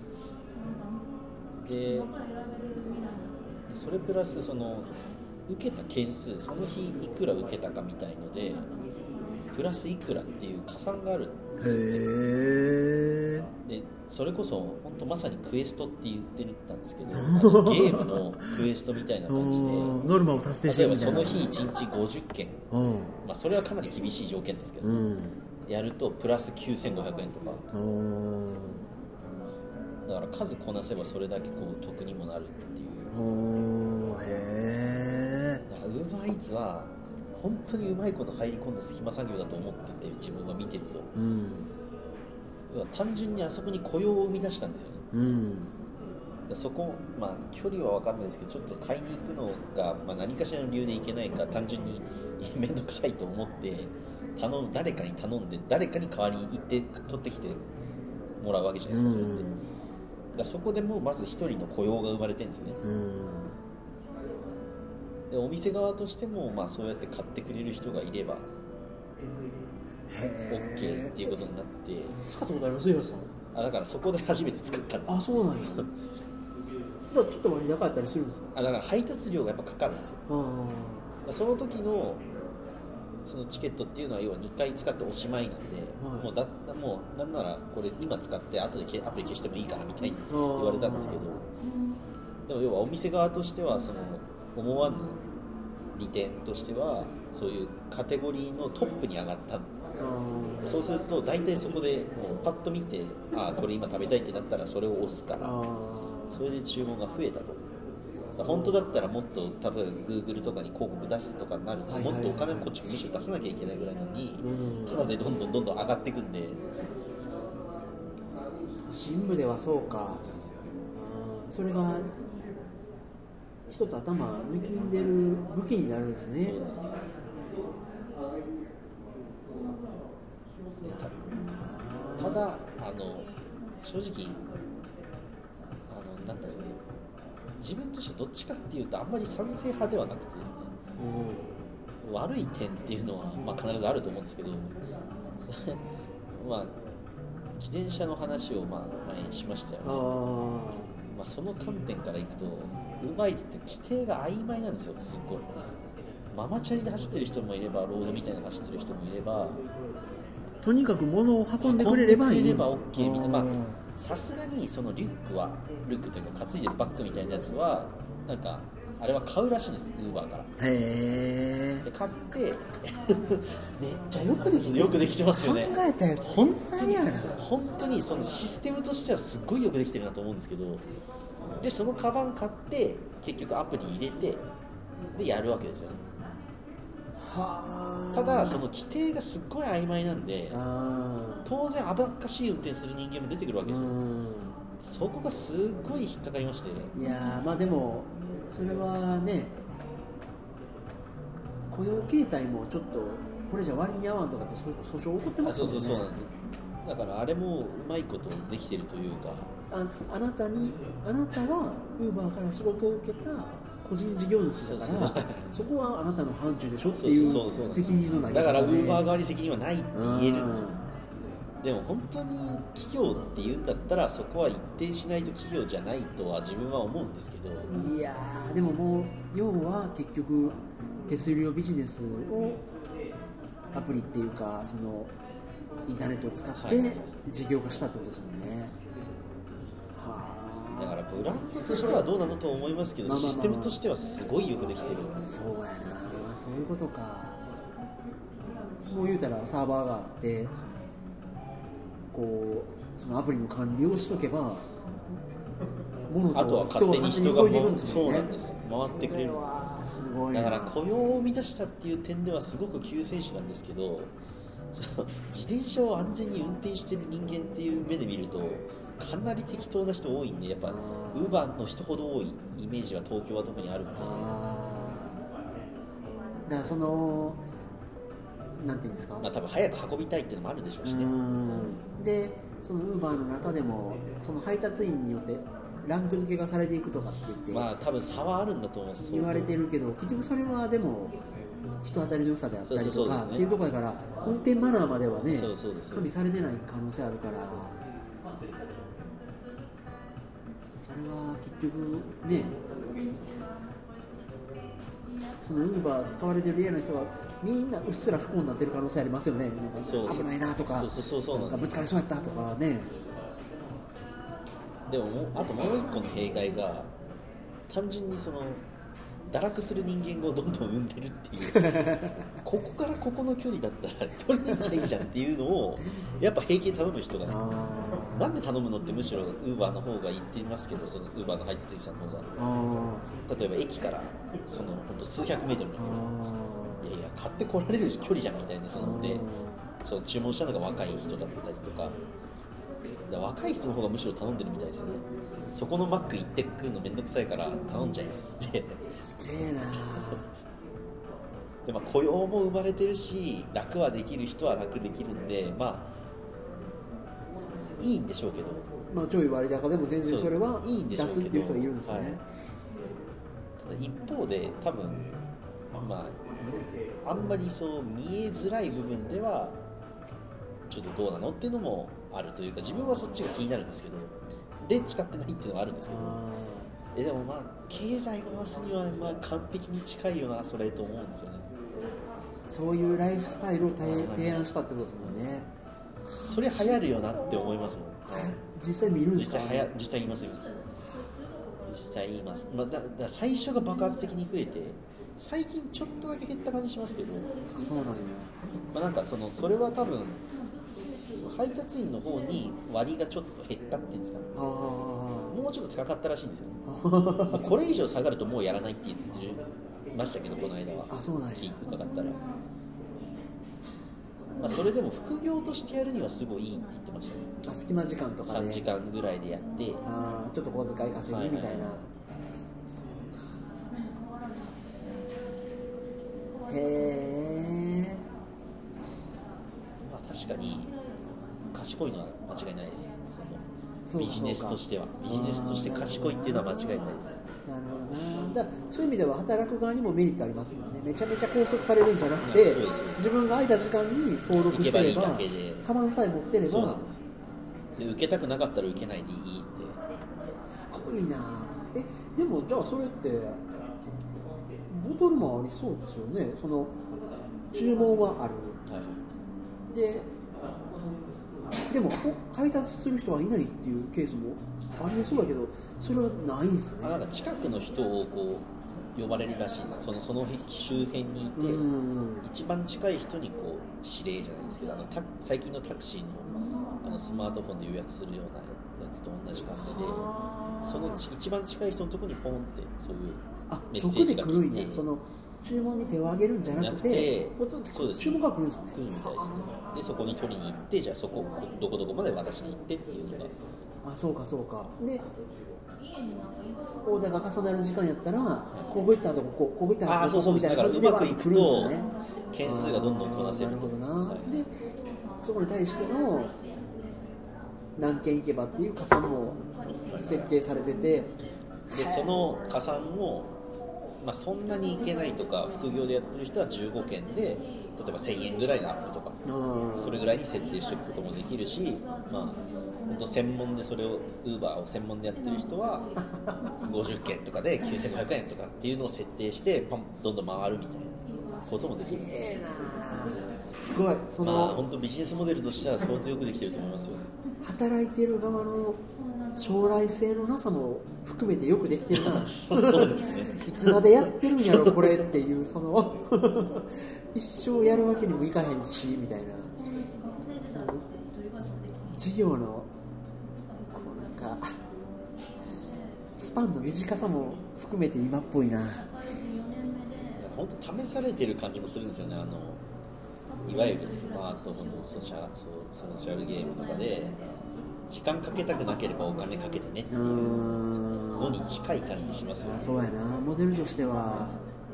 でそれプラス受けた件数その日いくら受けたかみたいのでプラスいくらっていう加算があるんですね。でそれこそ本当まさにクエストって言ってたんですけどゲームのクエストみたいな感じでノルマを達成してるみたいな。 例えばその日1日50件、まあ、それはかなり厳しい条件ですけど、やるとプラス9500円とか、だから数こなせばそれだけ得にもなるっていう。だから UberEats は本当にうまいこと入り込んだ隙間産業だと思ってて、自分が見てると、単純にあそこに雇用を生み出したんですよね。そこ、まあ、距離は分かんないですけどちょっと買いに行くのが、まあ、何かしらの理由で行けないか単純に面倒くさいと思って誰かに頼んで誰かに代わりに行って取ってきてもらうわけじゃないですか。それってだからそこでもうまず一人の雇用が生まれてるんですよね。でお店側としても、まあ、そうやって買ってくれる人がいれば OK っていうことになって。 使ったことありますよ、さん。 だからそこで初めて作ったんです。 そうなんや。ちょっと割高かったりするんですか。 だから配達料がやっぱかかるんですよ。その時のそのチケットっていうのは要は2回使っておしまいなんで、もうなんならこれ今使って後でアプリ消してもいいからみたいに言われたんですけど、でも要はお店側としてはその思わぬ利点としてはそういうカテゴリーのトップに上がった。そうすると大体そこでもうパッと見て、これ今食べたいってなったらそれを押すから、それで注文が増えたと。本当だったらもっと例えば Google とかに広告出すとかになると、もっとお金をこっちむしろ出さなきゃいけないぐらいなのに、ただでどんどん上がっていくんで。 都心部ではそうか。それが一つ頭抜きんでる武器になるんですね。 そうですね。ただ正直なんですかね、自分としてどっちかっていうとあんまり賛成派ではなくてですね、悪い点っていうのは、必ずあると思うんですけど、自転車の話を前にしましたよね。その観点からいくと UberEats って規定が曖昧なんですよ。すっごいママチャリで走ってる人もいればロードみたいなの走ってる人もいれば、 とにかく物を運んでくれればいいんです。 OK みたいな。さすがにそのリュックというか担いでるバッグみたいなやつはなんかあれは買うらしいです、ウーバーから。 へで買ってめっちゃよくできてますよね。 考えたやつ本当にそのシステムとしてはすっごいよくできてるなと思うんですけど、でそのカバン買って結局アプリ入れてでやるわけですよね。ただその規定がすっごい曖昧なんで、当然危っかしい運転する人間も出てくるわけですよ。そこがすっごい引っかかりまして。 いやでもそれはね、雇用形態もちょっとこれじゃ割に合わんとかって訴訟起こってますよね。 そうなんです。だからあれもうまいことできてるというか、 あなたはウーバーから仕事を受けた個人事業主だからそこはあなたの範疇でしょっていう責任のないだからウーバー側に責任はないって言えるんですよ。でも本当に企業っていうんだったらそこは一定しないと企業じゃないとは自分は思うんですけど、 いやでももう要は結局手数料ビジネスをアプリっていうかそのインターネットを使って事業化したってことですもんね。 だからブランドとしてはどうなのと思いますけど、システムとしてはすごいよくできてる。 そうやな、そういうことか。もう言うたらサーバーがあってこうそのアプリの管理をしとけばあとは勝手に人が動いていくんですよね。 そうなんです、回ってくれるんです。 すごい。 だから雇用を生み出したっていう点ではすごく救世主なんですけど、自転車を安全に運転してる人間っていう目で見るとかなり適当な人多いんで、やっぱウーバーの人ほど多いイメージは東京は特にあるんで。 だからそのなんていうんですか、 多分早く運びたいっていうのもあるでしょうしね。 でそのウーバーの中でもその配達員によってランク付けがされていくとかって言って多分差はあるんだと思います。 言われてるけど、結局それはでも人当たりの良さであったりとかっていうところだから、運転マナーまではね加味されてない可能性あるから、それは結局ね、そのウーバー使われてるリアルな人はみんなうっすら不幸になってる可能性ありますよね。なんか危ないなとか、ぶつかりそうやったとかね。 でもあともう一個の弊害が単純にその堕落する人間をどんどん生んでるっていうここからここの距離だったら取りに行きゃいいじゃんっていうのをやっぱ平気で頼む人が、なんで頼むのってむしろウーバーの方が言ってますけど、そのウーバーの配達員さんの方が例えば駅からその本当数百メートルの距離、いやいや買ってこられる距離じゃんみたいな、そのでその注文したのが若い人だったりとか、若い人の方がむしろ頼んでるみたいですね。そこのマック行ってくるのめんどくさいから頼んじゃえっつって。 すげえな。 で雇用も生まれてるし楽はできる人は楽できるんで、いいんでしょうけど、 ちょい割高でも全然それはいいんでしょうけど出すっていう人がいるんですね。 ただ一方で多分あんまりそう見えづらい部分ではちょっとどうなのっていうのもあるというか、自分はそっちが気になるんですけど、で使ってないっていうのはあるんですけど、でも経済回すには完璧に近いよなそれと思うんですよね。 そういうライフスタイルを提案したってことですもんね。 それ流行るよなって思いますもん。 実際見るんですか？ 実際言います実際言います、まあ、だ最初が爆発的に増えて最近ちょっとだけ減った感じしますけど、 あ、そうなんや。 まあ、なんかそれは多分その配達員の方に割がちょっと減ったっていうんですかね。もうちょっと高かったらしいんですよまあこれ以上下がるともうやらないって言ってましたけど、この間は。 あ、そうなんや。 伺ったら、まあ、それでも副業としてやるにはすごいいいって言ってましたね。 あ、隙間時間とかで 3時間ぐらいでやって、 ちょっと小遣い稼ぎみたいな、 はいはいはい、 そうか。へえ。 まあ、確かに賢いのは間違いないです。 そうか、 ビジネスとしてはビジネスとして賢いっていうのは間違いないです。 なるほどな。だからそういう意味では働く側にもメリットありますもんね。めちゃめちゃ拘束されるんじゃなくて、自分が空いた時間に登録してれば、カバンさえ持ってれば。 そうなんです。で受けたくなかったら受けないでいいって。 すごいな。でもじゃあそれってボトルもありそうですよね。その注文はある、はい、でも配達する人はいないっていうケースもありそうだけど、それはないんですね。 なんか近くの人をこう呼ばれるらしいんです。その周辺にいて、一番近い人にこう指令じゃないですけど、最近のタクシーのスマートフォンで予約するようなやつと同じ感じで、その一番近い人のところにポンってそういうメッセージが来て、 直で来るんや。その注文に手を挙げるんじゃなくて、 そうです、 注文が来るんですね。 来るみたいですね。でそこに取りに行って、じゃあそこどこどこまで渡しに行ってっていうのが。 あ、そうかそうか。でオーダーが重なる時間やったら、ここ行ったらここ行ったらここみたいな感じでうまくいくと件数がどんどんこなせる。 なるほどな、 はい、 でそこに対しての何件行けばっていう加算も設定されてて、 でその加算も、まあ、そんなに行けないとか副業でやってる人は15件で例えば1000円ぐらいのアップとか、それぐらいに設定しておくこともできるし、まあ本当専門でそれを Uber を専門でやってる人は50件とかで9500円とかっていうのを設定してどんどん回るみたいなこともできる。 すごい。その、 まあ本当ビジネスモデルとしては相当よくできてると思いますよね。 働いてる側の将来性のなさも含めてよくできてるなそうですねいつまでやってるんやろこれっていう、その一生やるわけにもいかへんしみたいな、その事業のなんかスパンの短さも含めて今っぽいな。 本当試されてる感じもするんですよね。いわゆるスマートフォンのソーシャルゲームとかで時間かけたくなければお金かけてねっていうのに近い感じしますよね。 そうやな。モデルとしては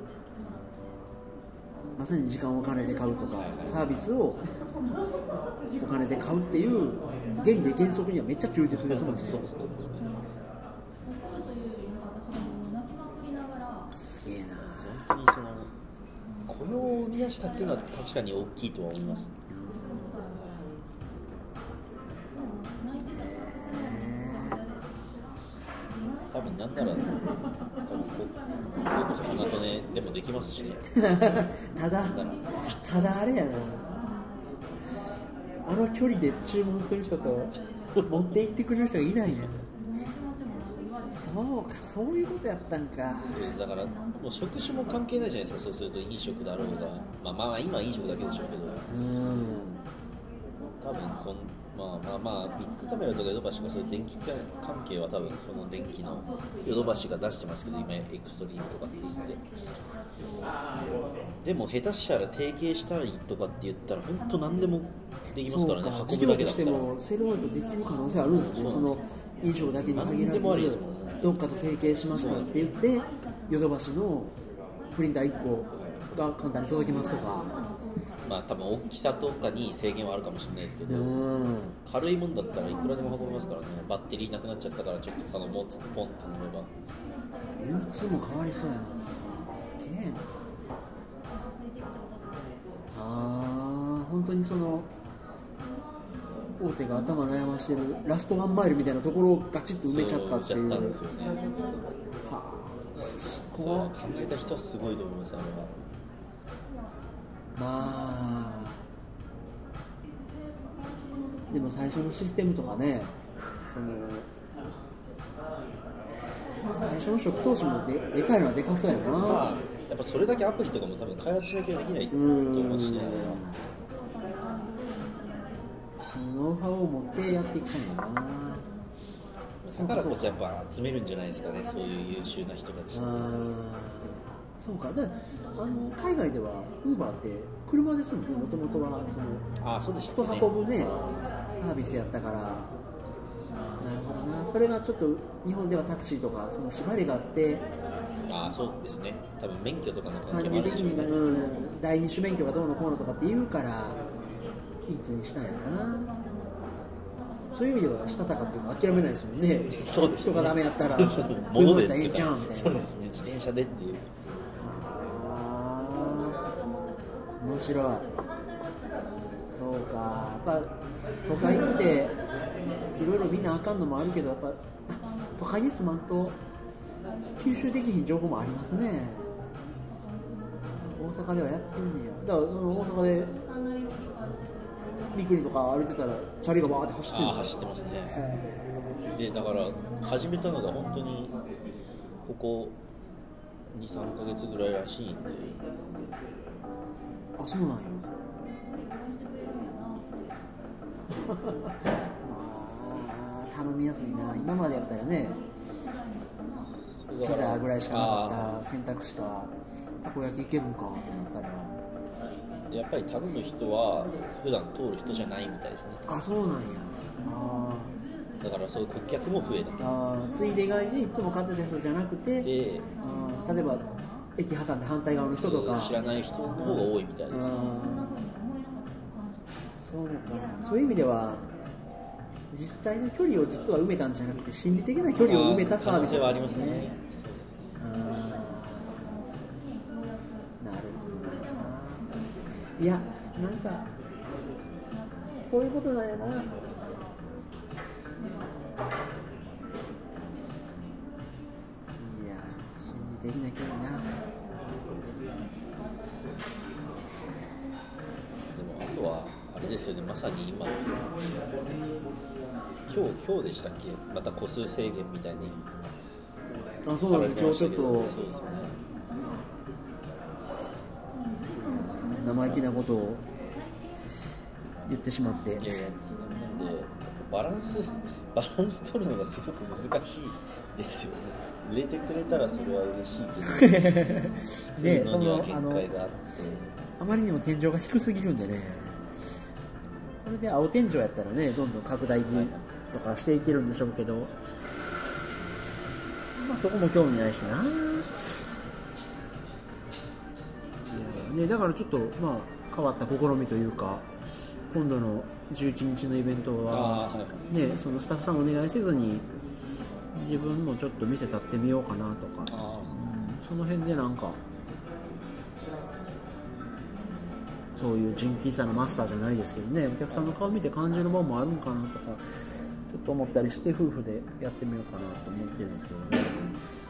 まさに時間をお金で買うとか、サービスをお金で買うっていう原理原則にはめっちゃ忠実ですもんね。そうすげえな。 本当にその雇用を生み出したっていうのは確かに大きいとは思います。多分なんならそれこそ花とねでもできますしねただあれやな、あの距離で注文する人と持って行ってくれる人がいないね。そうか、そういうことやったんか。 そうです。だからもう職種も関係ないじゃないですか。そうすると飲食だろうが、まあ今は飲食だけでしょうけど、多分まあビッグカメラとかヨドバシがそういう電気関係は多分その電気のヨドバシが出してますけど、今エクストリームとかって言って、でも下手したら提携したいとかって言ったら本当何でもできますからね。 運ぶだけだったら事業としてもセルアウトできる可能性あるんですね。その飲食だけに限らずどっかと提携しましたって言ってヨドバシのプリンター1個が簡単に届きますとか、 まあ多分大きさとかに制限はあるかもしれないですけど、軽いもんだったらいくらでも運べますからね。バッテリーなくなっちゃったからちょっと頼もうっつってポンって頼めば流通も変わりそうやな。すげえな。本当にその大手が頭悩ましてるラストワンマイルみたいなところをガチッと埋めちゃったっていう。 そうですよね。そう考えた人はすごいと思います。あれはまあでも最初のシステムとかね、その最初の初期投資も でかいのはでかそうやな、 まあ、やっぱそれだけアプリとかも多分開発しなきゃできないと思うしね。 そのノウハウを持ってやっていきたいんだな。 だからこそやっぱ集めるんじゃないですかね、そういう優秀な人たちって。 そうか。で海外ではウーバーって車ですもんね、もともとはそのそうでしたね、 人運ぶねサービスやったから。なるほどな。それがちょっと日本ではタクシーとかその縛りがあって、 そうですね、多分免許とかの関参入的係もあるでしょうに、 ね。 第二種免許がどうのこうのとかって言うからいいつにしたんやな。そういう意味ではしたたかっていうか諦めないですもんね。 そうですね、 人がダメやったら物でやったらええんちゃうんみたいな。 そうですね、自転車でっていう。 面白い。そうか。やっぱ都会っていろいろみんなあかんのもあるけど、やっぱ都会に住まんと吸収できひん情報もありますね。大阪ではやってんねや。だからその大阪で三国とか歩いてたらチャリがバーって走ってるんですか。 走ってますね。でだから始めたのが本当にここ 2,3 ヶ月ぐらいらしいんで。 そうなんよ。頼みやすいな。今までやったらね、ピザぐらいしかなかった選択肢がたこ焼きいけるんかってなったら、 やっぱり頼む人は普段通る人じゃないみたいですね。 そうなんや。 だからそういう顧客も増えたと。 ついで買いでいつも買ってた人じゃなくて、例えば駅挟んで反対側の人とか知らない人の方が多いみたいです。 そうか。そういう意味では実際の距離を実は埋めたんじゃなくて心理的な距離を埋めたサービスはありでね。 ますすね。 なるほどな。いや、なんかそういうことなんやな。いや、心理的な距離な。 でもあとはあれですよね、まさに今今日でしたっけ、また個数制限みたいに。 そうなんです。今日ちょっとそうですね、 生意気なことを言ってしまって。 いやなんでバランス取るのがすごく難しいですよね。売れてくれたらそれは嬉しいけどで、 その限界があって、 あまりにも天井が低すぎるんでね、これで青天井やったらね、どんどん拡大とかしていけるんでしょうけど、そこも興味ないしな。だからちょっと変わった試みというか、今度の11日のイベントは、そのスタッフさんお願いせずに自分もちょっと店立ってみようかなとか、その辺でなんかそういう人気さのマスターじゃないですけどね、お客さんの顔見て感じるもんもあるんかなとかちょっと思ったりして、夫婦でやってみようかなと思ってるんですけどね。